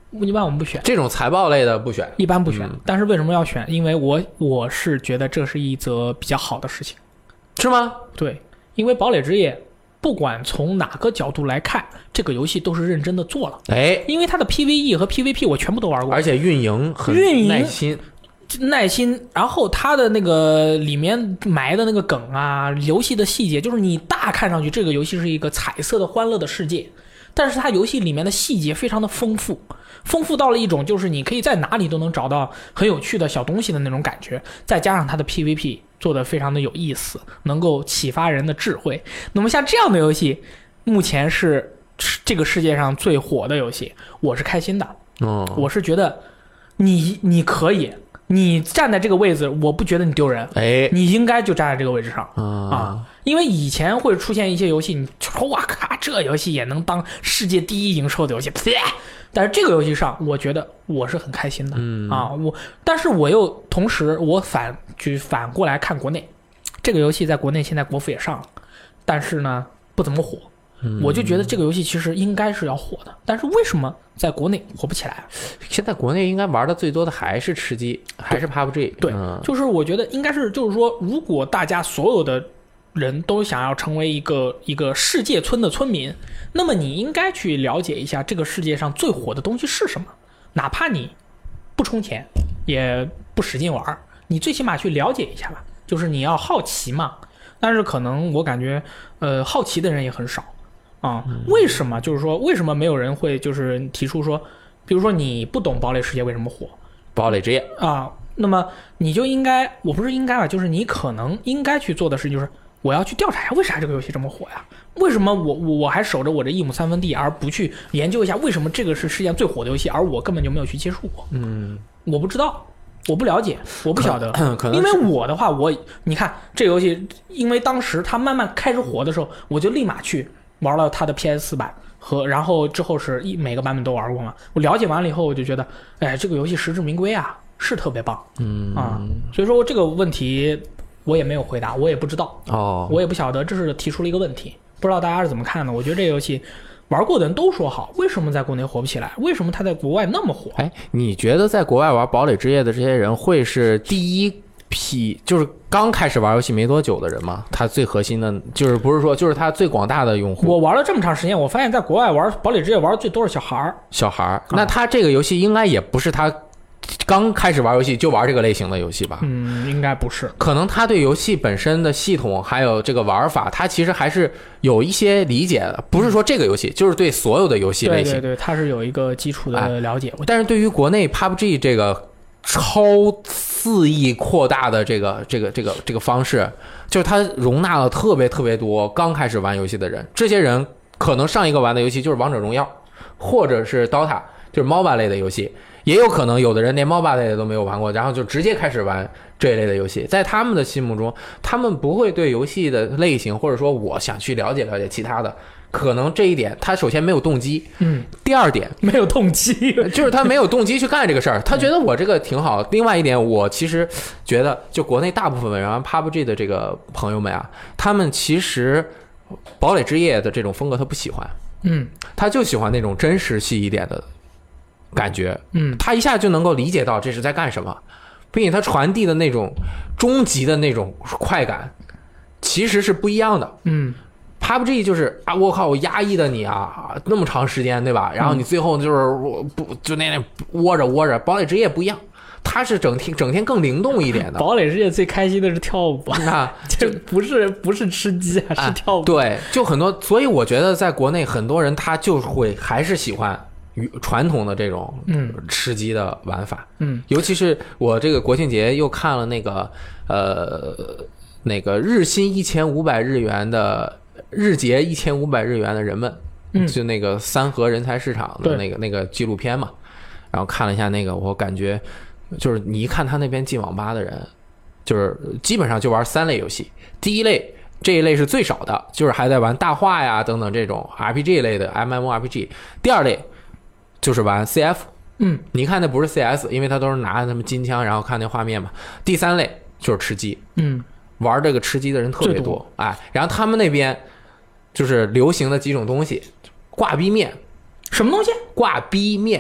一般我们不选。 这种财报类的不选， 一般不选。 嗯、 但是为什么要选？因为我我是觉得这是一则比较好的事情。 是吗？ 对，因为堡垒之夜不管从哪个角度来看，这个游戏都是认真的做了。 哎， 因为它的 P V E 和 P V P 我全部都玩过， 而且运营很耐心。 耐心，然后它的那个里面埋的那个梗啊，游戏的细节，就是你大看上去这个游戏是一个彩色的欢乐的世界，但是它游戏里面的细节非常的丰富，丰富到了一种就是你可以在哪里都能找到很有趣的小东西的那种感觉，再加上它的 P V P 做得非常的有意思，能够启发人的智慧。那么像这样的游戏，目前是这个世界上最火的游戏，我是开心的。 哦， 我是觉得你你可以。你站在这个位置，我不觉得你丢人， 哎， 你应该就站在这个位置上、 嗯、 啊！因为以前会出现一些游戏，你说哇靠，这游戏也能当世界第一营收的游戏，但是这个游戏上，我觉得我是很开心的、 嗯、 啊！我，但是我又同时我反去反过来看国内，这个游戏在国内现在国服也上了，但是呢不怎么火。我就觉得这个游戏其实应该是要火的，但是为什么在国内火不起来？ 现在国内应该玩的最多的还是吃鸡，还是 P U B G。 对， 嗯、 就是我觉得应该是，就是说，如果大家所有的人都想要成为一个一个世界村的村民，那么你应该去了解一下这个世界上最火的东西是什么，哪怕你不充钱，也不使劲玩，你最起码去了解一下吧。就是你要好奇嘛，但是可能我感觉，呃，好奇的人也很少。啊、嗯，为什么？就是说，为什么没有人会就是提出说，比如说你不懂堡垒世界为什么火， 堡垒之夜啊，那么你就应该，我不是应该吧，就是你可能应该去做的事情就是，我要去调查一下为啥这个游戏这么火呀？为什么我我我还守着我这一亩三分地，而不去研究一下为什么这个是世界上最火的游戏，而我根本就没有去接触过？ 嗯， 我不知道。我不了解，我不晓得， 可能因为我的话，我你看这个游戏，因为当时它慢慢开始火的时候，我就立马去玩了它的 P S 四 版和，然后之后是一每个版本都玩过嘛。我了解完了以后，我就觉得，哎，这个游戏实至名归啊，是特别棒， 嗯啊，所以说这个问题我也没有回答，我也不知道， 哦， 我也不晓得，这是提出了一个问题，不知道大家是怎么看的。我觉得这个游戏玩过的人都说好，为什么在国内火不起来？为什么它在国外那么火？ 哎，你觉得在国外玩堡垒之夜的这些人会是第一批，就是刚开始玩游戏没多久的人吗？他最核心的就是不是说就是他最广大的用户？ 我玩了这么长时间，我发现在国外玩堡垒之夜玩的最多是小孩儿。 小孩儿，那他这个游戏应该也不是他刚开始玩游戏就玩这个类型的游戏吧？ 嗯，应该不是。 可能他对游戏本身的系统还有这个玩法，他其实还是有一些理解的。不是说这个游戏，就是对所有的游戏类型。 对对对，他是有一个基础的了解。 哎、但是对于国内 P U B G 这个超肆意扩大的这个这个这个这个方式，就是它容纳了特别特别多刚开始玩游戏的人。这些人可能上一个玩的游戏就是王者荣耀，或者是 D O T A， 就是 M O B A 类的游戏。也有可能有的人连 M O B A 类的都没有玩过，然后就直接开始玩这一类的游戏。在他们的心目中，他们不会对游戏的类型，或者说我想去了解了解其他的，可能这一点他首先没有动机， 嗯， 第二点没有动机， 就是他没有动机去干这个事儿，他觉得我这个挺好。另外一点，我其实觉得，就国内大部分玩 P U B G 的这个朋友们啊，他们其实堡垒之夜的这种风格他不喜欢， 嗯， 他就喜欢那种真实系一点的感觉， 嗯， 他一下就能够理解到这是在干什么，并且他传递的那种终极的那种快感其实是不一样的， 嗯。 P U B G 就是啊，我靠，我压抑的你啊，那么长时间，对吧？然后你最后就是我不就那那窝着窝着，堡垒之夜不一样，它是整天整天更灵动一点的。 堡垒之夜最开心的是跳舞， 那这不是不是吃鸡啊，是跳舞。 啊、对，就很多，所以我觉得在国内很多人他就会还是喜欢传统的这种嗯吃鸡的玩法， 嗯， 尤其是我这个国庆节又看了那个呃那个日薪一千五百日元的。日结一千五百日元的人们， 嗯， 就那个三和人才市场的那个那个纪录片嘛，然后看了一下那个，我感觉就是你一看他那边进网吧的人，就是基本上就玩三类游戏，第一类这一类是最少的，就是还在玩大话呀等等这种 R P G 类的 M M O R P G， 第二类就是玩 C F， 嗯， 你看那不是 C S， 因为他都是拿他们金枪然后看那画面嘛，第三类就是吃鸡， 嗯， 玩这个吃鸡的人特别多，哎，然后他们那边。就是流行的几种东西，挂逼面， 什么东西？ 挂逼面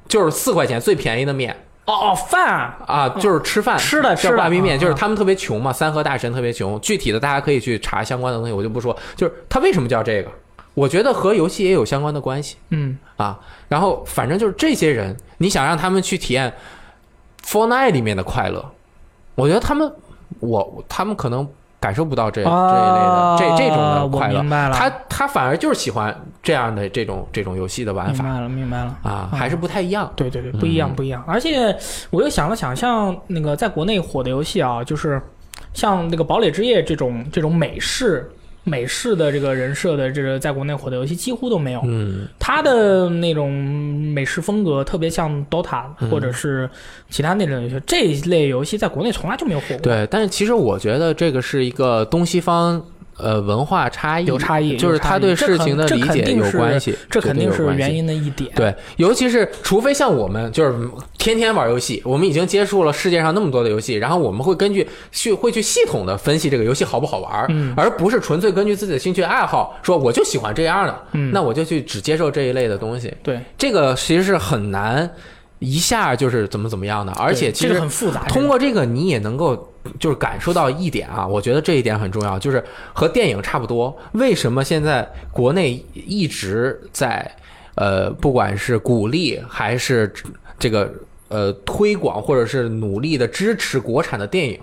就是四块钱最便宜的面。 哦，饭啊，就是吃饭， 吃的叫挂壁面， 啊、 就是他们特别穷嘛，三河大神特别穷。具体的大家可以去查相关的东西，我就不说。就是他为什么叫这个，我觉得和游戏也有相关的关系。 嗯啊，然后反正就是这些人，你想让他们去体验 Fortnite 里面的快乐，我觉得他们，我他们可能感受不到这、 啊、 这一类的这这种的快乐。 我明白了， 他他反而就是喜欢这样的这种这种游戏的玩法。 明白了，明白了啊，还是不太一样。 对对对，不一样、嗯、不一样。而且我又想了想，像那个在国内火的游戏啊，就是像那个《堡垒之夜》这种这种美式。美式的这个人设的这个在国内火的游戏几乎都没有， 嗯， 它的那种美式风格特别像 Dota 或者是其他那种游戏、嗯，这一类游戏在国内从来就没有火过。 对，但是其实我觉得这个是一个东西方呃文化差异， 有差异， 就是他对事情的理解有关系， 这肯定是原因的一点。 对，尤其是除非像我们就是天天玩游戏，我们已经接触了世界上那么多的游戏，然后我们会根据去会去系统的分析这个游戏好不好玩， 嗯， 而不是纯粹根据自己的兴趣爱好说我就喜欢这样的， 嗯， 那我就去只接受这一类的东西。 对， 这个其实是很难一下就是怎么怎么样的，而且其实很复杂。 通过这个你也能够就是感受到一点啊，我觉得这一点很重要，就是和电影差不多。为什么现在国内一直在呃，不管是鼓励还是这个呃推广，或者是努力的支持国产的电影，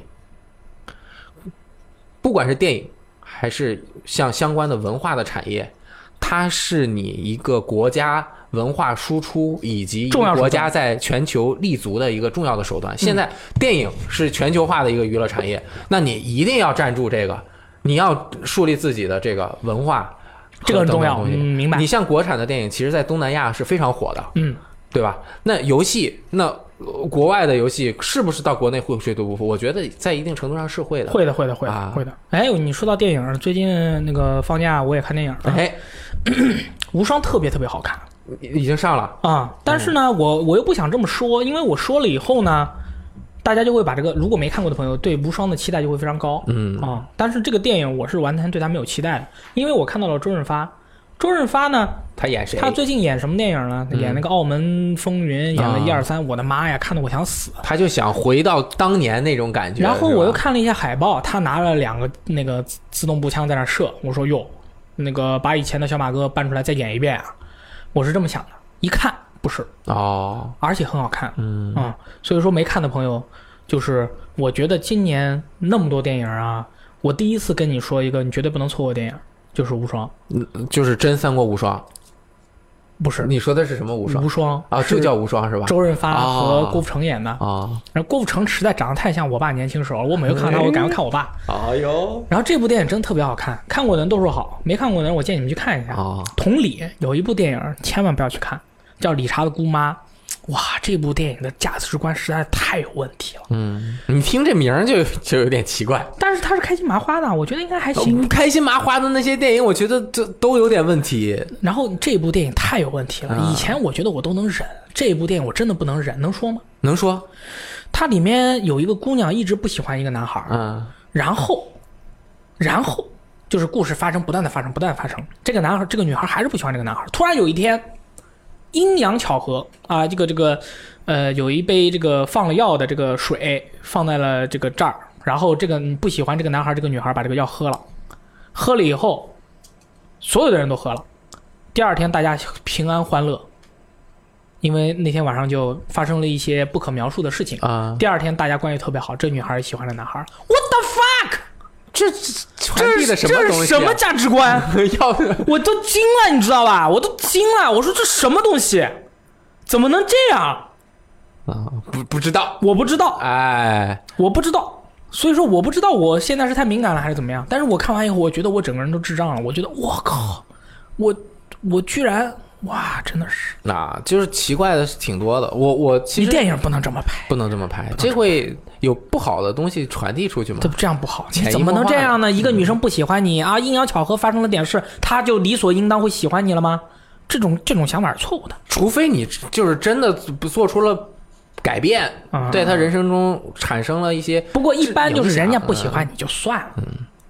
不管是电影还是像相关的文化的产业，它是你一个国家文化输出以及一个国家在全球立足的一个重要的手段。现在电影是全球化的一个娱乐产业，那你一定要站住这个，你要树立自己的这个文化， 这个很重要。嗯，明白。 你像国产的电影，其实在东南亚是非常火的， 嗯， 对吧？那游戏，那国外的游戏是不是到国内会水土不服？我觉得在一定程度上是会的， 会的，会的，会的，啊、会的。哎，你说到电影，最近那个放假我也看电影了， 哎， 无双特别特别好看。 已经上了啊、嗯，但是呢，我我又不想这么说，因为我说了以后呢，大家就会把这个如果没看过的朋友对无双的期待就会非常高， 嗯啊、嗯。但是这个电影我是完全对他没有期待的，因为我看到了周润发，周润发呢， 他演谁？ 他最近演什么电影呢？嗯、演那个《澳门风云》，演了一二三，我的妈呀，看得我想死。 他就想回到当年那种感觉。 然后我又看了一下海报，他拿了两个那个自动步枪在那射，我说哟，那个把以前的小马哥搬出来再演一遍啊。我是这么想的，一看不是哦， 而且很好看， 嗯嗯，所以说没看的朋友，就是我觉得今年那么多电影啊，我第一次跟你说一个你绝对不能错过的电影，就是无双， 嗯，就是真三国无双， 不是？ 你说的是什么无双？ 无双啊，就叫无双是吧？ 周润发和郭富城演的啊， 哦、 然后郭富城实在长得太像我爸年轻时候，我每次看他，我感觉看我爸。 哎呦！ 然后这部电影真特别好看，看过的人都说好，没看过的人我建议你们去看一下。 哦、 同理，有一部电影千万不要去看，叫《理查的姑妈》。哇，这部电影的价值观实在是太有问题了。 嗯，你听这名就就有点奇怪。 但是它是开心麻花的，我觉得应该还行。 哦、开心麻花的那些电影，我觉得这都有点问题。 然后这部电影太有问题了，啊、以前我觉得我都能忍，这部电影我真的不能忍，能说吗？ 能说。 它里面有一个姑娘一直不喜欢一个男孩， 嗯， 然后，然后就是故事发生，不断的发生，不断的发生。这个男孩，这个女孩还是不喜欢这个男孩。突然有一天，阴阳巧合啊，这个这个，呃，有一杯这个放了药的这个水放在了这个这儿，然后这个不喜欢这个男孩，这个女孩把这个药喝了，喝了以后，所有的人都喝了。第二天大家平安欢乐，因为那天晚上就发生了一些不可描述的事情啊。 第二天大家关系特别好，这女孩喜欢这男孩。What the fuck？ 这传递的什么东西、啊？ 这是什么价值观？ 要我都惊了，你知道吧？我都惊了。我说这什么东西？怎么能这样？ 啊，不不知道， 我不知道， 哎， 我不知道。所以说我不知道我现在是太敏感了还是怎么样。但是我看完以后，我觉得我整个人都智障了。我觉得我靠，我我居然。哇，真的是， 那就是奇怪的挺多的。我我其实你电影不能这么拍， 不能这么拍，这会有不好的东西传递出去吗？ 这这样不好，你怎么能这样呢？一个女生不喜欢你啊，阴阳巧合发生了点事，她就理所应当会喜欢你了吗？这种这种想法是错误的。 除非你就是真的做出了改变， 嗯、 在她人生中产生了一些。 不过一般就是人家不喜欢你就算了。 嗯，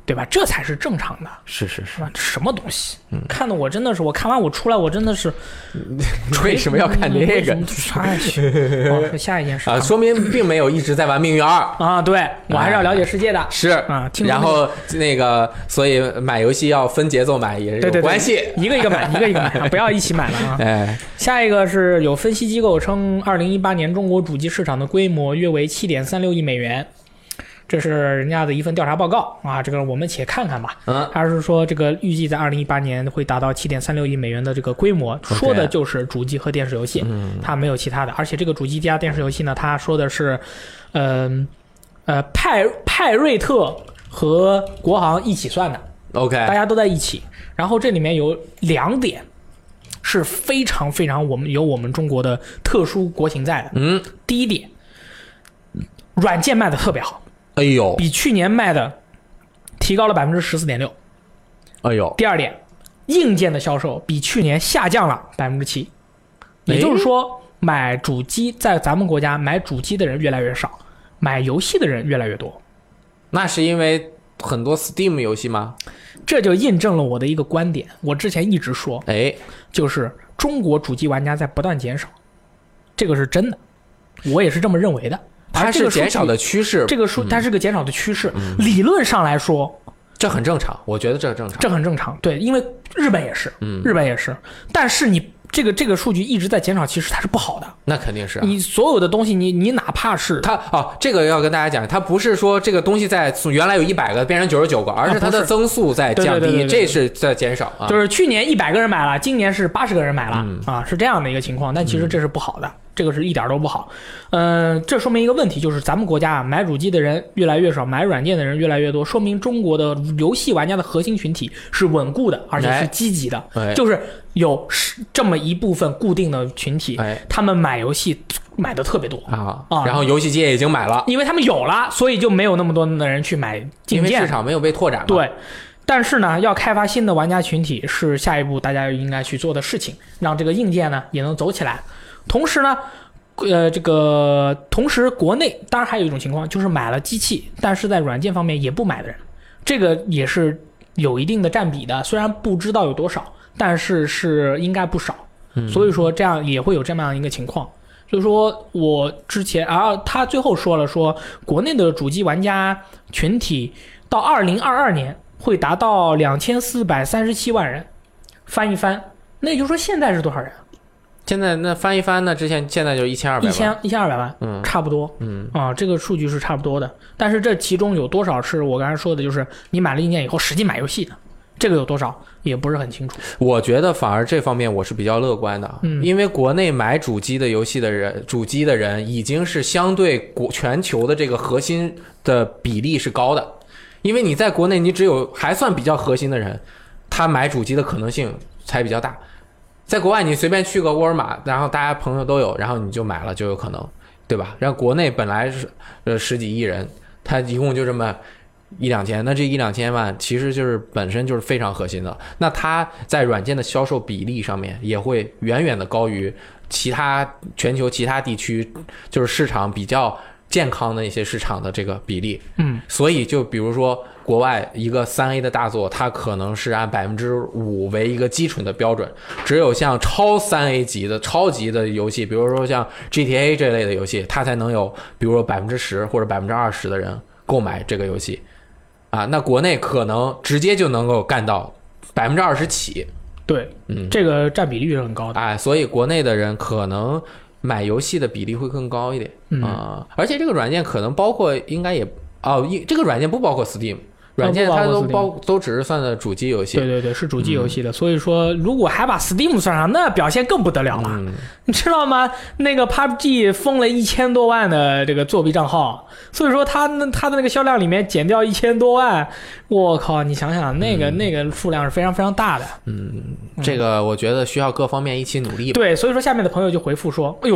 对吧？这才是正常的。 是是是， 是吧？这什么东西？嗯，看的我真的是，我看完我出来，我真的是， 为什么要看这个？ 哎，哦，下一件事啊，说明并没有一直在玩《命运二》 啊。对，我还是要了解世界的。 是啊， 然后那个，所以买游戏要分节奏买也是有关系， 一个一个买，一个一个买，不要一起买了啊。 哎， 下一个是有分析机构称，二零一八年中国主机市场的规模约为七点三六亿美元。这是人家的一份调查报告啊，这个我们且看看吧。 嗯， 他是说这个预计在二零一八年会达到七点三六亿美元的这个规模， okay. 说的就是主机和电视游戏，嗯，它没有其他的。而且这个主机加电视游戏呢，他说的是，呃呃派派瑞特和国行一起算的 ，OK， 大家都在一起。然后这里面有两点是非常非常我们有我们中国的特殊国情在的。 嗯， 第一点，软件卖的特别好。 哎呦， 比去年卖的提高了百分之十四点六。 哎呦， 第二点，硬件的销售比去年下降了百分之七，也就是说，买主机在咱们国家买主机的人越来越少，买游戏的人越来越多。 那是因为很多 Steam 游戏吗？ 这就印证了我的一个观点，我之前一直说， 哎， 就是中国主机玩家在不断减少，这个是真的，我也是这么认为的。 它是减少的趋势， 这个数它是个减少的趋势、嗯。理论上来说， 这很正常，我觉得这正常， 这很正常。对，因为日本也是，嗯，日本也是。但是你这个这个数据一直在减少，其实它是不好的。 那肯定是、啊， 你所有的东西你，你你哪怕是它哦，这个要跟大家讲，它不是说这个东西在从原来有一百个变成九十九个，而是它的增速在降低， 啊、对对对对对这是在减少啊。 就是去年一百个人买了，今年是八十个人买了、嗯、啊，是这样的一个情况。但其实这是不好的。嗯，这个是一点都不好，嗯、呃，这说明一个问题，就是咱们国家啊，买主机的人越来越少，买软件的人越来越多，说明中国的游戏玩家的核心群体是稳固的，而且是积极的， 哎、 就是有这么一部分固定的群体， 哎、 他们买游戏买的特别多啊，啊然后游戏机也已经买了， 因为他们有了，所以就没有那么多的人去买硬件， 因为市场没有被拓展嘛。 对。但是呢，要开发新的玩家群体是下一步大家应该去做的事情，让这个硬件呢也能走起来。同时呢，呃，这个同时国内当然还有一种情况，就是买了机器，但是在软件方面也不买的人，这个也是有一定的占比的，虽然不知道有多少，但是是应该不少。所以说这样也会有这么样一个情况。所以说我之前，然后他最后说了说，国内的主机玩家群体到二零二二年会达到两千四百三十七万人，翻一翻，那也就是说现在是多少人？ 现在那翻一翻呢？之前现在就一千二百万， 一千一千二百万， 嗯， 差不多， 嗯啊，这个数据是差不多的。但是这其中有多少是我刚才说的，就是你买了硬件以后实际买游戏的，这个有多少也不是很清楚。 我觉得反而这方面我是比较乐观的， 嗯， 因为国内买主机的游戏的人，主机的人已经是相对国全球的这个核心的比例是高的，因为你在国内你只有还算比较核心的人，他买主机的可能性才比较大。在国外你随便去个沃尔玛，然后大家朋友都有，然后你就买了就有可能，对吧？然后国内本来是呃十几亿人，他一共就这么一两千，那这一两千万其实就是本身就是非常核心的，那它在软件的销售比例上面也会远远的高于其他全球其他地区就是市场比较健康的一些市场的这个比例。 嗯， 所以就比如说国外一个三 A 的大作，它可能是按百分之五为一个基准的标准，只有像超三 A 级的超级的游戏，比如说像 G T A 这类的游戏，它才能有比如说百分之十或者百分之二十的人购买这个游戏啊。那国内可能直接就能够干到百分之二十起。 对， 嗯， 这个占比率是很高的。 哎，所以国内的人可能买游戏的比例会更高一点啊、 嗯呃。而且这个软件可能包括应该也哦，这个软件不包括 Steam。软件它都包都只是算的主机游戏， 对对对，是主机游戏的、嗯。所以说，如果还把 Steam 算上，那表现更不得了了。 嗯、 你知道吗？那个 P U B G 封了一千多万的这个作弊账号，所以说它它的那个销量里面减掉一千多万，我靠！你想想，那个、嗯、那个数量是非常非常大的。 嗯，这个我觉得需要各方面一起努力吧。 对，所以说下面的朋友就回复说：“哎呦。”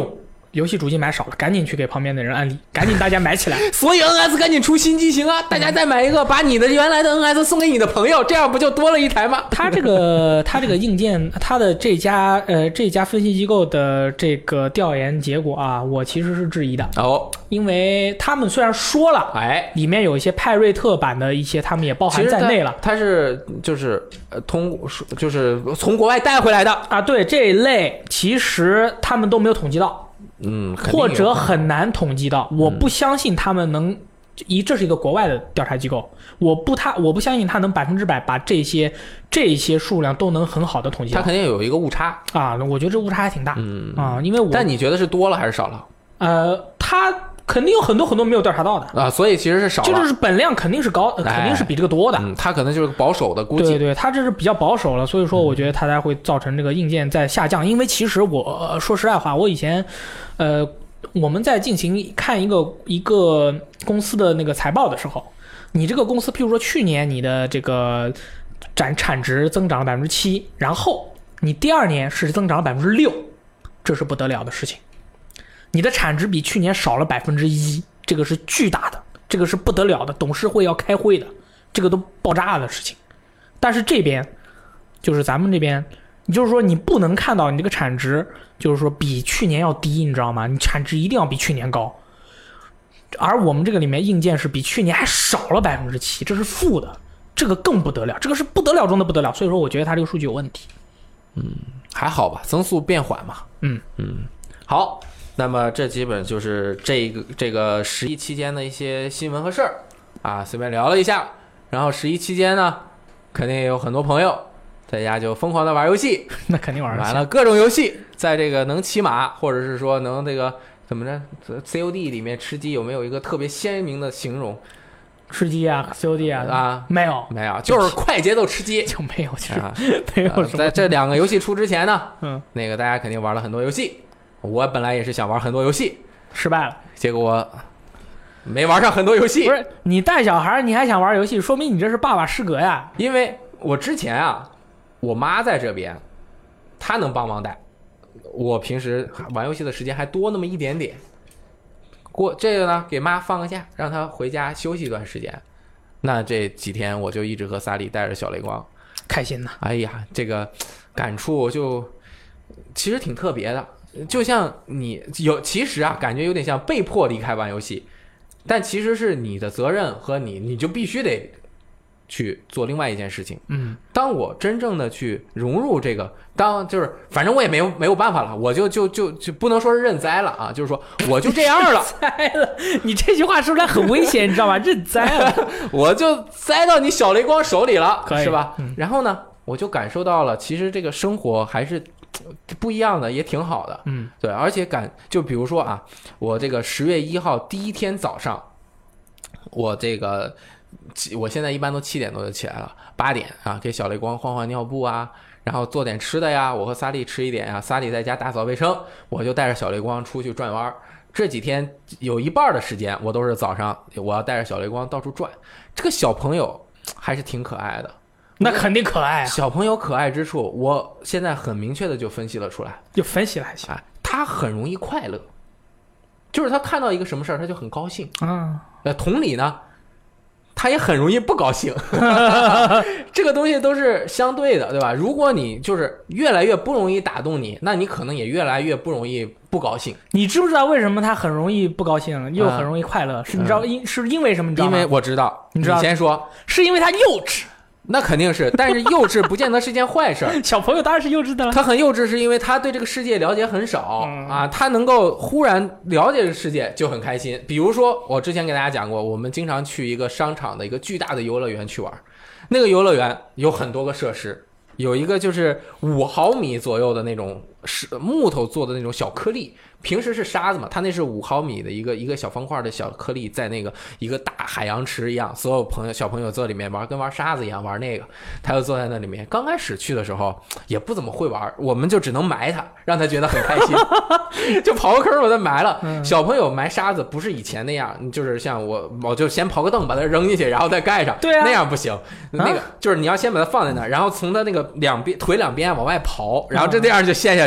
游戏主机买少了，赶紧去给旁边的人安利，赶紧大家买起来。 所以 N S 赶紧出新机型啊！大家再买一个，把你的原来的 N S 送给你的朋友，这样不就多了一台吗？ 它这个它这个硬件，它的这家呃这家分析机构的这个调研结果啊，我其实是质疑的哦， 因为他们虽然说了， 哎， 里面有一些派瑞特版的一些，他们也包含在内了。 它是就是呃通就是从国外带回来的啊，对这一类，其实他们都没有统计到， 嗯， 或者很难统计到。我不相信他们能，一这是一个国外的调查机构，我不他我不相信他能百分之百把这些这些数量都能很好的统计到。 他肯定有一个误差啊，我觉得这误差还挺大，嗯啊，因为我但你觉得是多了还是少了？ 呃，他肯定有很多很多没有调查到的啊，所以其实是少了， 就是本量肯定是高，呃、肯定是比这个多的。 嗯，他可能就是保守的估计。 对对，他这是比较保守了，所以说我觉得它才会造成这个硬件在下降。因为其实我、呃、说实在话，我以前，呃，我们在进行看一个一个公司的那个财报的时候，你这个公司，譬如说去年你的这个产产值增长了百分之七，然后你第二年是增长了百分之六，这是不得了的事情。你的产值比去年少了百分之一，这个是巨大的，这个是不得了的，董事会要开会的，这个都爆炸的事情。但是这边就是咱们这边，你就是说你不能看到你这个产值就是说比去年要低，你知道吗？你产值一定要比去年高。而我们这个里面硬件是比去年还少了百分之七，这是负的，这个更不得了，这个是不得了中的不得了。所以说，我觉得它这个数据有问题。 嗯，还好吧，增速变缓嘛。 嗯嗯，好。那么这基本就是这个这个十一期间的一些新闻和事儿啊，随便聊了一下。然后十一期间呢，肯定也有很多朋友在家就疯狂的玩游戏， 那肯定玩玩了各种游戏，在这个能骑马或者是说能这个怎么着 C O D 里面吃鸡有没有一个特别鲜明的形容？ 吃鸡啊 ，C O D 啊， 啊， 没有没有，就是快节奏吃鸡就没有，其实、 啊、 没有什么、 呃。在这两个游戏出之前呢， 嗯， 那个大家肯定玩了很多游戏。我本来也是想玩很多游戏， 失败了， 结果我没玩上很多游戏。 不是你带小孩你还想玩游戏，说明你这是爸爸失格呀。 因为我之前啊，我妈在这边，她能帮忙带，我平时玩游戏的时间还多那么一点点。过这个呢，给妈放个假，让她回家休息一段时间。那这几天我就一直和萨利带着小雷光， 开心呐！ 哎呀，这个感触就其实挺特别的。就像你有，其实啊，感觉有点像被迫离开玩游戏，但其实是你的责任和你，你就必须得去做另外一件事情。 嗯， 当我真正的去融入这个，当就是反正我也没有没有办法了，我就就就就不能说是认栽了啊，就是说我就这样了。 栽了，你这句话说出来很危险，你知道吗？认栽了， 我就栽到你小雷光手里了，是吧？ 嗯、 然后呢，我就感受到了，其实这个生活还是不一样的，也挺好的。 嗯， 对，而且感就比如说啊，我这个十月一号第一天早上，我这个我现在一般都七点多就起来了，八点啊给小雷光换换尿布啊，然后做点吃的呀，我和萨利吃一点啊，萨利在家打扫卫生，我就带着小雷光出去转弯。这几天有一半的时间我都是早上我要带着小雷光到处转，这个小朋友还是挺可爱的。 那肯定可爱啊！ 小朋友可爱之处，我现在很明确的就分析了出来。 就分析了还行， 哎，他很容易快乐，就是他看到一个什么事儿，他就很高兴。 嗯， 呃，同理呢，他也很容易不高兴。这个东西都是相对的，对吧？如果你就是越来越不容易打动你，那你可能也越来越不容易不高兴。 你知不知道为什么他很容易不高兴，又很容易快乐？嗯、是你知道因、嗯、是因为什么？你知道吗？ 因为我知道， 你知道， 你先说， 是因为他幼稚。 那肯定是，但是幼稚不见得是件坏事。 小朋友当然是幼稚的了。 他很幼稚，是因为他对这个世界了解很少、嗯、啊，他能够忽然了解这个世界就很开心。比如说，我之前给大家讲过，我们经常去一个商场的一个巨大的游乐园去玩，那个游乐园有很多个设施，有一个就是五毫米左右的那种是木头做的那种小颗粒。平时是沙子嘛，它那是五毫米的一个一个小方块的小颗粒，在那个一个大海洋池一样，所有朋友小朋友坐里面玩，跟玩沙子一样玩那个，他就坐在那里面。刚开始去的时候也不怎么会玩，我们就只能埋他，让他觉得很开心，就刨个坑把他埋了。嗯、小朋友埋沙子不是以前那样，就是像我，我就先刨个凳把它扔进去，然后再盖上， 对啊， 那样不行。那个就是你要先把它放在那儿，然后从他那个两边腿两边往外刨，然后这样就陷下去。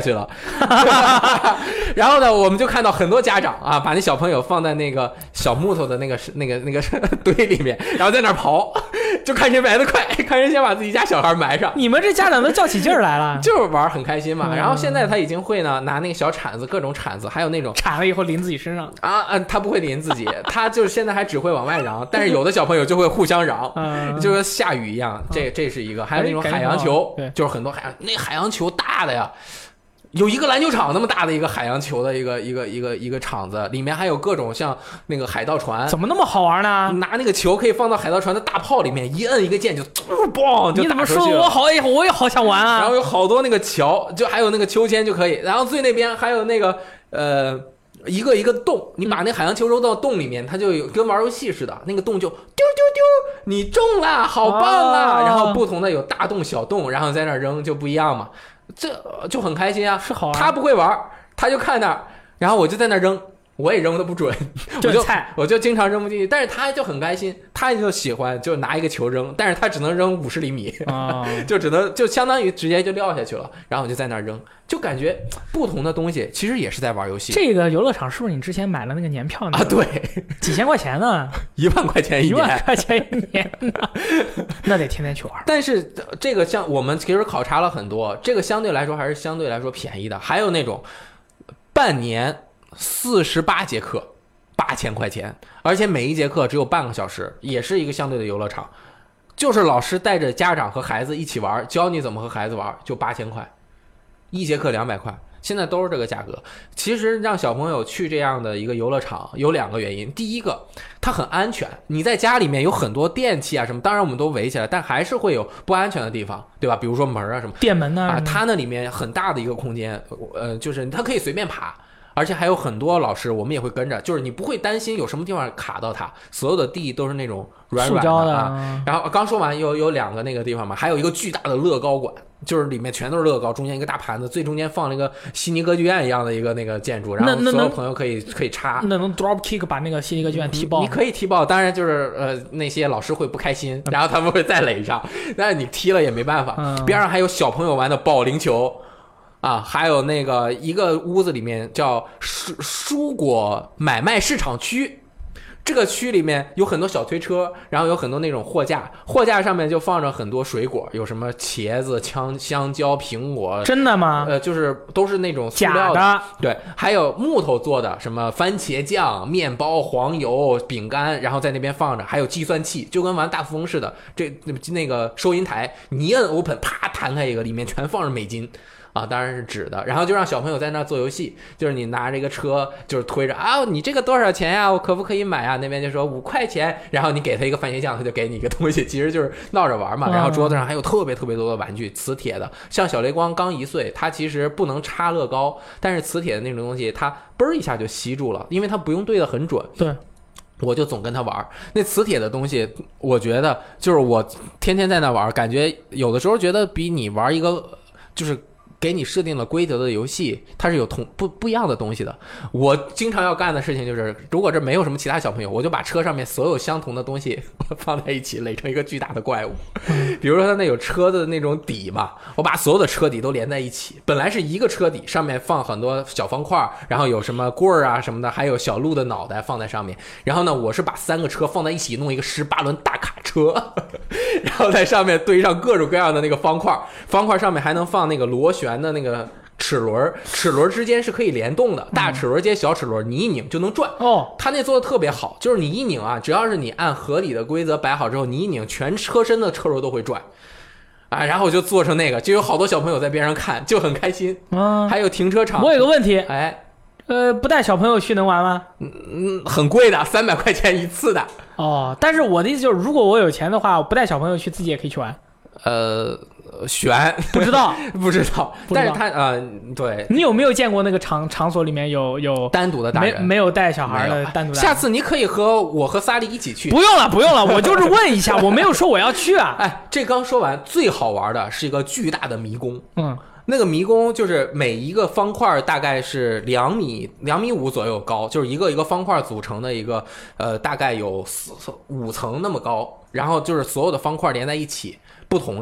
去了。然后呢，我们就看到很多家长啊，把那小朋友放在那个小木头的那个那个那个堆里面，然后在那儿刨，就看谁埋得快，看谁先把自己家小孩埋上。 你们这家长都较起劲儿来了， 就是玩很开心嘛。然后现在他已经会呢，拿那个小铲子，各种铲子，还有那种铲了以后淋自己身上啊啊，他不会淋自己，他就是现在还只会往外嚷，但是有的小朋友就会互相嚷， 嗯、 就跟下雨一样。这这是一个，还有那种海洋球， 对， 就是很多海洋那海洋球大的呀。有一个篮球场那么大的一个海洋球的一个一个一个一个场子，里面还有各种像那个海盗船， 怎么那么好玩呢？ 拿那个球可以放到海盗船的大炮里面，一摁一个键就嘣就打出去了。 你怎么说我好我也好想玩啊！ 然后有好多那个桥，就还有那个秋千就可以，然后最那边还有那个呃一个一个洞，你把那海洋球扔到洞里面，它就有跟玩游戏似的，那个洞就丢丢丢，你中了，好棒啊！ 哦、 然后不同的有大洞小洞，然后在那扔就不一样嘛。这就很开心啊， 是好玩。 他不会玩，他就看那儿，然后我就在那扔，我也扔的不准，我就我就经常扔不进去。但是他就很开心，他就喜欢就拿一个球扔，但是他只能扔五十厘米， 哦、 就只能就相当于直接就撂下去了。然后我就在那儿扔，就感觉不同的东西其实也是在玩游戏。 这个游乐场是不是你之前买了那个年票呢？ 啊，对， 几千块钱呢， 一万块钱一年， 一万块钱一年呢，那得天天去玩。 但是这个像我们其实考察了很多，这个相对来说还是相对来说便宜的。还有那种半年四十八节课，八千块钱，而且每一节课只有半个小时，也是一个相对的游乐场，就是老师带着家长和孩子一起玩，教你怎么和孩子玩，就八千块，一节课两百块。现在都是这个价格。其实让小朋友去这样的一个游乐场有两个原因，第一个它很安全，你在家里面有很多电器啊什么，当然我们都围起来，但还是会有不安全的地方，对吧？比如说门啊什么， 电门啊， 啊，它那里面很大的一个空间，呃，就是它可以随便爬。而且还有很多老师，我们也会跟着，就是你不会担心有什么地方卡到它，所有的地都是那种软软的啊。然后刚说完有有两个那个地方嘛，还有一个巨大的乐高馆，就是里面全都是乐高，中间一个大盘子，最中间放了一个悉尼歌剧院一样的一个那个建筑，然后所有朋友可以可以插。 那能 drop kick 把那个悉尼歌剧院踢爆？ 你可以踢爆，当然就是呃那些老师会不开心，然后他们会再垒上，但是你踢了也没办法。 嗯、 边上还有小朋友玩的保龄球。啊，还有那个一个屋子里面叫蔬蔬果买卖市场区，这个区里面有很多小推车，然后有很多那种货架，货架上面就放着很多水果，有什么茄子、香香蕉、苹果。 真的吗？ 呃，就是都是那种塑料的， 假的。 对，还有木头做的，什么番茄酱、面包、黄油、饼干，然后在那边放着，还有计算器，就跟玩大富翁似的。这那个收银台，你一摁 open， 啪弹开一个，里面全放着美金。啊，当然是纸的，然后就让小朋友在那做游戏，就是你拿着一个车，就是推着啊，你这个多少钱呀？我可不可以买啊？那边就说五块钱，然后你给他一个番茄酱，他就给你一个东西，其实就是闹着玩嘛。然后桌子上还有特别特别多的玩具，磁铁的，像小雷光刚一岁，他其实不能插乐高，但是磁铁的那种东西，他嘣一下就吸住了，因为他不用对得很准。 对。 我就总跟他玩那磁铁的东西，我觉得就是我天天在那玩，感觉有的时候觉得比你玩一个就是给你设定了规则的游戏，它是有同不不一样的东西的。我经常要干的事情就是，如果这没有什么其他小朋友，我就把车上面所有相同的东西放在一起，垒成一个巨大的怪物。比如说它那有车的那种底嘛，我把所有的车底都连在一起，本来是一个车底，上面放很多小方块，然后有什么棍儿啊什么的，还有小鹿的脑袋放在上面。然后呢，我是把三个车放在一起，弄一个十八轮大卡车，然后在上面堆上各种各样的那个方块，方块上面还能放那个螺旋的那个齿轮，齿轮之间是可以联动的，大齿轮接小齿轮，你一拧就能转。 哦， 他那做的特别好，就是你一拧啊，只要是你按合理的规则摆好之后，你一拧，全车身的车轮都会转。啊，然后我就做成那个，就有好多小朋友在边上看，就很开心。 嗯， 还有停车场。 我有个问题， 哎， 呃，不带小朋友去能玩吗？ 嗯嗯，很贵的，三百块钱一次的。 哦，但是我的意思就是，如果我有钱的话，我不带小朋友去，自己也可以去玩。 呃。悬不知道不知道，但是他呃，对， 你有没有见过那个场场所里面有有单独的大人， 没没有带小孩的单独的？ 下次你可以和我和萨利一起去。 不用了，不用了，我就是问一下，我没有说我要去啊。 哎，这刚说完，最好玩的是一个巨大的迷宫。 嗯， 那个迷宫就是每一个方块大概是两米两米五左右高，就是一个一个方块组成的一个呃，大概有四五层那么高，然后就是所有的方块连在一起，不同的。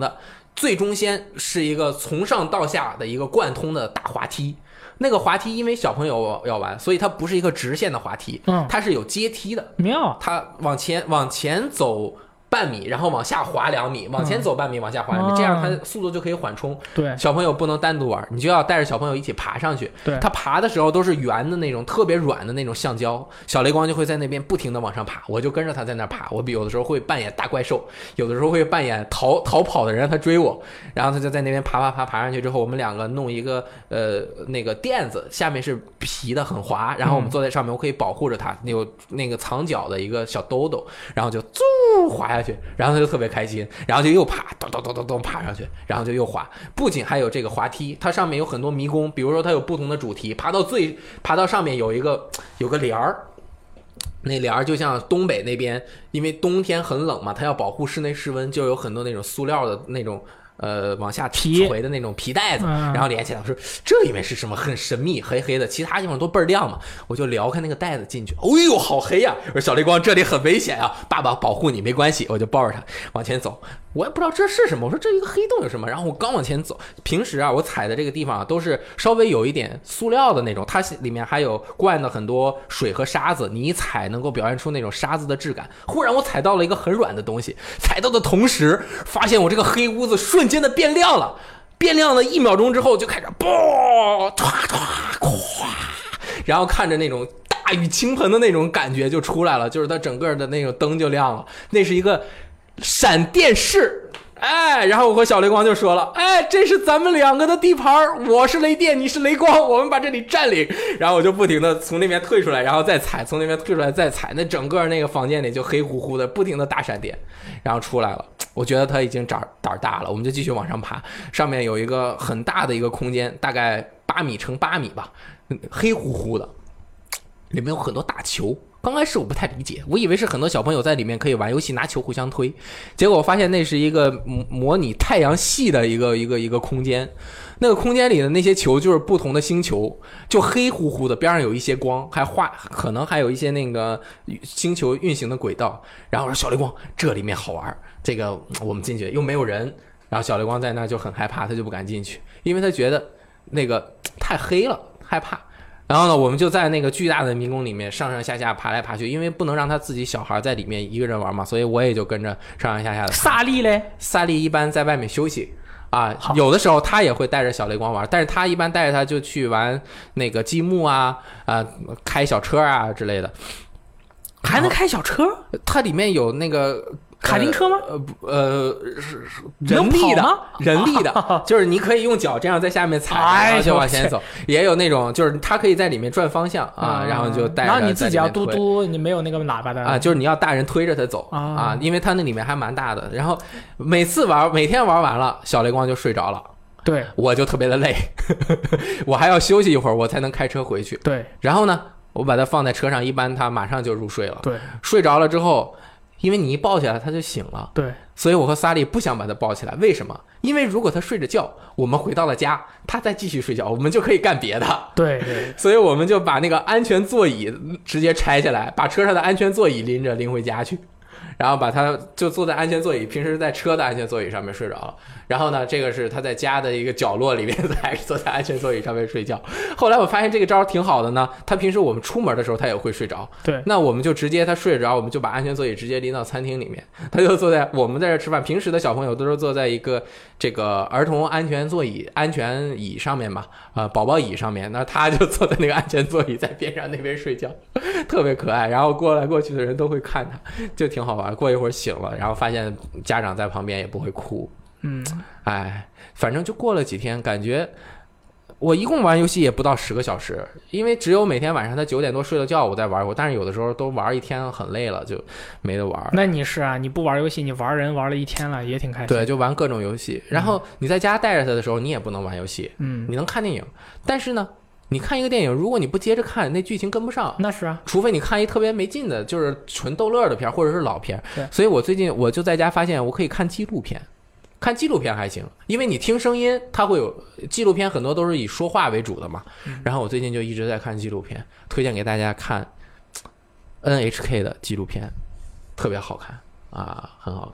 最中间是一个从上到下的一个贯通的大滑梯。那个滑梯因为小朋友要玩，所以它不是一个直线的滑梯， 嗯， 它是有阶梯的。 妙， 它往前往前走半米，然后往下滑两米，往前走半米，往下滑两米， 嗯、 这样它速度就可以缓冲。 对， 小朋友不能单独玩，你就要带着小朋友一起爬上去。 对， 他爬的时候都是圆的那种，特别软的那种橡胶，小雷光就会在那边不停的往上爬，我就跟着他在那爬。我有的时候会扮演大怪兽，有的时候会扮演逃逃跑的人，让他追我，然后他就在那边爬爬爬爬上去之后，我们两个弄一个呃那个垫子，下面是皮的很滑，然后我们坐在上面，我可以保护着他，有那个藏脚的一个小兜兜，然后就嗖滑下去，然后他就特别开心，然后就又爬，咚咚咚咚咚爬上去，然后就又滑。不仅还有这个滑梯，它上面有很多迷宫，比如说它有不同的主题，爬到最爬到上面有一个有个帘儿，那帘儿就像东北那边，因为冬天很冷嘛，它要保护室内室温，就有很多那种塑料的那种。呃，往下垂的那种皮带子，然后连起来，我说这里面是什么？很神秘，黑黑的，其他地方都倍儿亮嘛。我就撩开那个带子进去，哎呦，好黑呀！我说小雷光，这里很危险啊，爸爸保护你，没关系。我就抱着他往前走，我也不知道这是什么，我说这一个黑洞有什么？然后我刚往前走，平时啊，我踩的这个地方啊，都是稍微有一点塑料的那种，它里面还有灌的很多水和沙子，你一踩能够表现出那种沙子的质感。忽然我踩到了一个很软的东西，踩到的同时，发现我这个黑屋子瞬间的变亮了，变亮了一秒钟之后就开始啵唰唰咵，然后看着那种大雨倾盆的那种感觉就出来了，就是它整个的那种灯就亮了，那是一个闪电式。哎，然后我和小雷光就说了，哎，这是咱们两个的地盘，我是雷电，你是雷光，我们把这里占领。然后我就不停的从那边退出来，然后再踩，从那边退出来再踩，那整个那个房间里就黑乎乎的，不停的大闪电，然后出来了。我觉得他已经胆胆大了，我们就继续往上爬。上面有一个很大的一个空间，大概八米乘八米吧，黑乎乎的，里面有很多大球。刚开始我不太理解，我以为是很多小朋友在里面可以玩游戏，拿球互相推，结果我发现那是一个模拟太阳系的一个一个一个空间。那个空间里的那些球就是不同的星球，就黑乎乎的，边上有一些光，还画可能还有一些那个星球运行的轨道。然后我说小雷光，这里面好玩，这个我们进去又没有人。然后小雷光在那就很害怕，他就不敢进去，因为他觉得那个太黑了，害怕。然后呢，我们就在那个巨大的迷宫里面上上下下爬来爬去，因为不能让他自己小孩在里面一个人玩嘛，所以我也就跟着上上下下的。 萨利嘞？ 萨利一般在外面休息啊，有的时候他也会带着小雷光玩，但是他一般带着他就去玩那个积木啊，啊，开小车啊之类的。 还能开小车？ 它里面有那个。 卡丁车吗？ 呃呃，是人力的，人力的，就是你可以用脚这样在下面踩，然后就往前走。也有那种，就是它可以在里面转方向啊，然后就带着。 然后你自己要嘟嘟，你没有那个喇叭的啊，就是你要大人推着它走啊，因为它那里面还蛮大的。然后每次玩，每天玩完了，小雷光就睡着了。 对， 我就特别的累，我还要休息一会儿，我才能开车回去。 对， 然后呢，我把它放在车上，一般它马上就入睡了。 对， 睡着了之后。因为你一抱起来他就醒了， 对， 所以我和萨利不想把他抱起来。为什么？因为如果他睡着觉，我们回到了家，他再继续睡觉，我们就可以干别的。 对对， 所以我们就把那个安全座椅直接拆下来，把车上的安全座椅拎着拎回家去，然后把他就坐在安全座椅，平时在车的安全座椅上面睡着了。然后呢，这个是他在家的一个角落里面，还是坐在安全座椅上面睡觉。后来我发现这个招挺好的呢，他平时我们出门的时候他也会睡着。 对， 那我们就直接他睡着，我们就把安全座椅直接拎到餐厅里面，他就坐在我们在这吃饭。平时的小朋友都是坐在一个这个儿童安全座椅、安全椅上面嘛，呃，宝宝椅上面，那他就坐在那个安全座椅在边上那边睡觉，特别可爱。然后过来过去的人都会看他，就挺好玩。过一会儿醒了，然后发现家长在旁边也不会哭。 嗯， 哎，反正就过了几天，感觉我一共玩游戏也不到十个小时，因为只有每天晚上他九点多睡了觉，我再玩过。但是有的时候都玩一天很累了，就没得玩。 那你是啊，你不玩游戏，你玩人玩了一天了，也挺开心。 对，就玩各种游戏。然后你在家带着他的时候，你也不能玩游戏， 嗯， 你能看电影，但是呢。你看一个电影，如果你不接着看，那剧情跟不上。 那是啊， 除非你看一特别没劲的，就是纯逗乐的片，或者是老片。 对， 所以我最近我就在家发现，我可以看纪录片。看纪录片还行，因为你听声音，它会有纪录片，很多都是以说话为主的嘛。 嗯、 然后我最近就一直在看纪录片，推荐给大家看 N H K 的纪录片，特别好看啊，很好看。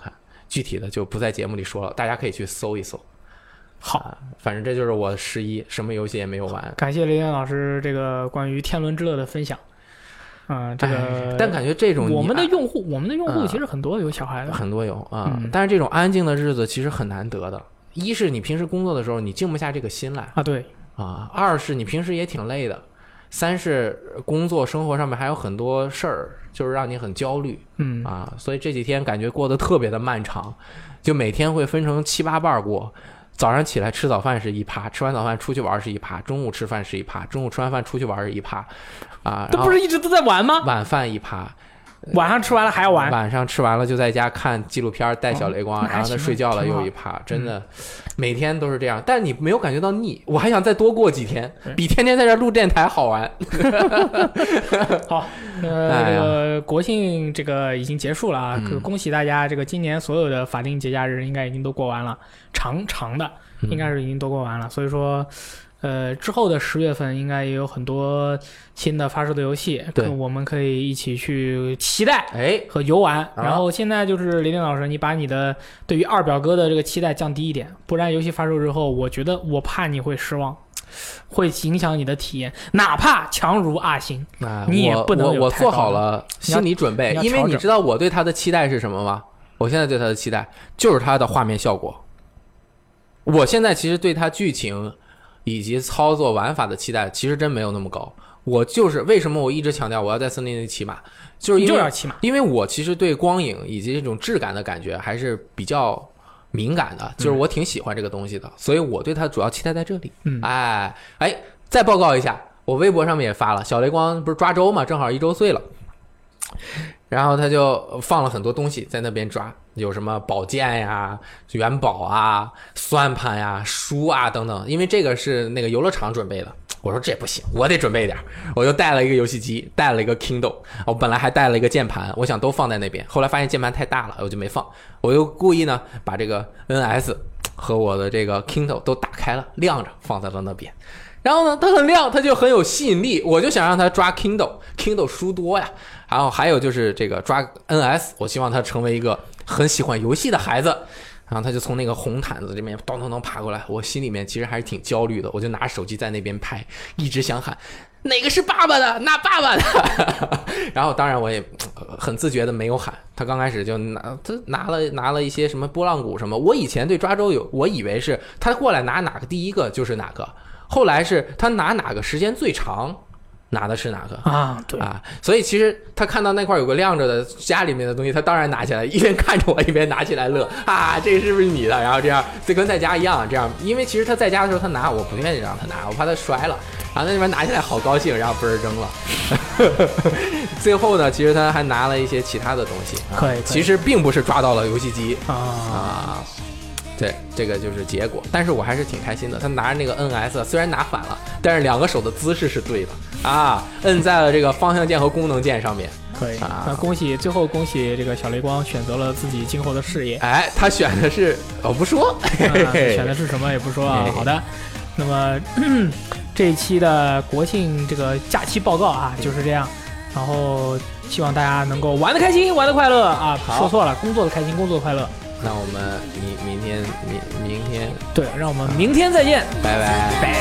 具体的就不在节目里说了，大家可以去搜一搜。 好、 啊，反正这就是我十一，什么游戏也没有玩。 感谢雷电老师这个关于天伦之乐的分享。嗯、呃，这个， 但感觉这种我们的用户，我们的用户其实很多有小孩的， 嗯、很多有啊、 嗯， 但是这种安静的日子其实很难得的。一是你平时工作的时候你静不下这个心来啊，对啊；二是你平时也挺累的；三是工作生活上面还有很多事儿，就是让你很焦虑， 嗯啊，所以这几天感觉过得特别的漫长，就每天会分成七八瓣过。早上起来吃早饭是一趴，吃完早饭出去玩是一趴，中午吃饭是一趴，中午吃完饭出去玩是一趴，啊， 这不是一直都在玩吗？ 晚饭一趴， 晚上吃完了还要玩， 晚上吃完了就在家看纪录片带小雷光， 哦、 然后他睡觉了又一趴，真的、嗯、每天都是这样，但你没有感觉到腻，我还想再多过几天，比天天在这录电台好玩。 好，呃、哎，这个国庆这个已经结束了啊，嗯、恭喜大家，这个今年所有的法定节假日应该已经都过完了，长长的应该是已经都过完了，嗯、所以说。呃，之后的十月份应该也有很多新的发售的游戏， 对， 我们可以一起去期待， 哎， 和游玩。 啊、 然后现在就是雷电老师，你把你的对于二表哥的这个期待降低一点，不然游戏发售之后，我觉得我怕你会失望，会影响你的体验。哪怕强如阿星， 啊、 你也不能有我我做好了心理准备，因为你知道我对他的期待是什么吗？我现在对他的期待就是他的画面效果。我现在其实对他剧情。以及操作玩法的期待其实真没有那么高，我就是为什么我一直强调我要在森林里骑马，就是因为就要骑马， 因为我其实对光影以及这种质感的感觉还是比较敏感的，就是我挺喜欢这个东西的，嗯、所以我对它主要期待在这里。 嗯， 哎哎，再报告一下，我微博上面也发了，小雷光不是抓周嘛，正好一周岁了。然后他就放了很多东西在那边抓，有什么宝剑呀、元宝啊、算盘呀、书啊等等，因为这个是那个游乐场准备的。我说这不行，我得准备一点，我就带了一个游戏机，带了一个 Kindle， 我本来还带了一个键盘，我想都放在那边，后来发现键盘太大了，我就没放。我又故意呢把这个 N S 和我的这个 Kindle 都打开了，亮着放在了那边。然后呢，它很亮，它就很有吸引力，我就想让它抓 Kindle， Kindle 书多呀。然后还有就是这个抓 N S， 我希望他成为一个很喜欢游戏的孩子。然后他就从那个红毯子这边咚咚咚爬过来，我心里面其实还是挺焦虑的，我就拿着手机在那边拍，一直想喊哪个是爸爸的，那爸爸的。然后当然我也很自觉的没有喊，他刚开始就拿他拿了拿了一些什么拨浪鼓什么，我以前对抓周有我以为是他过来拿哪个第一个就是哪个，后来是他拿哪个时间最长拿的是哪个啊？对啊，所以其实他看到那块有个亮着的家里面的东西，他当然拿起来，一边看着我一边拿起来乐啊，这是不是你的？然后这样就跟在家一样，这样，因为其实他在家的时候他拿，我不愿意让他拿，我怕他摔了，然后那边拿起来好高兴，然后嘣儿扔了。最后呢，其实他还拿了一些其他的东西，啊、 可以， 其实并不是抓到了游戏机啊啊。对，这个就是结果，但是我还是挺开心的。他拿着那个 N S， 虽然拿反了，但是两个手的姿势是对的啊，摁在了这个方向键和功能键上面。 可以啊，那恭喜，最后恭喜这个小雷光选择了自己今后的事业。 哎，他选的是，我不说， 嘿嘿嘿选的是什么也不说啊。好的，那么这一期的国庆这个假期报告啊就是这样，然后希望大家能够玩得开心，玩得快乐啊。说错了，工作的开心，工作的快乐。 那我们明明天明明天对，让我们明天再见， 拜拜。 拜拜。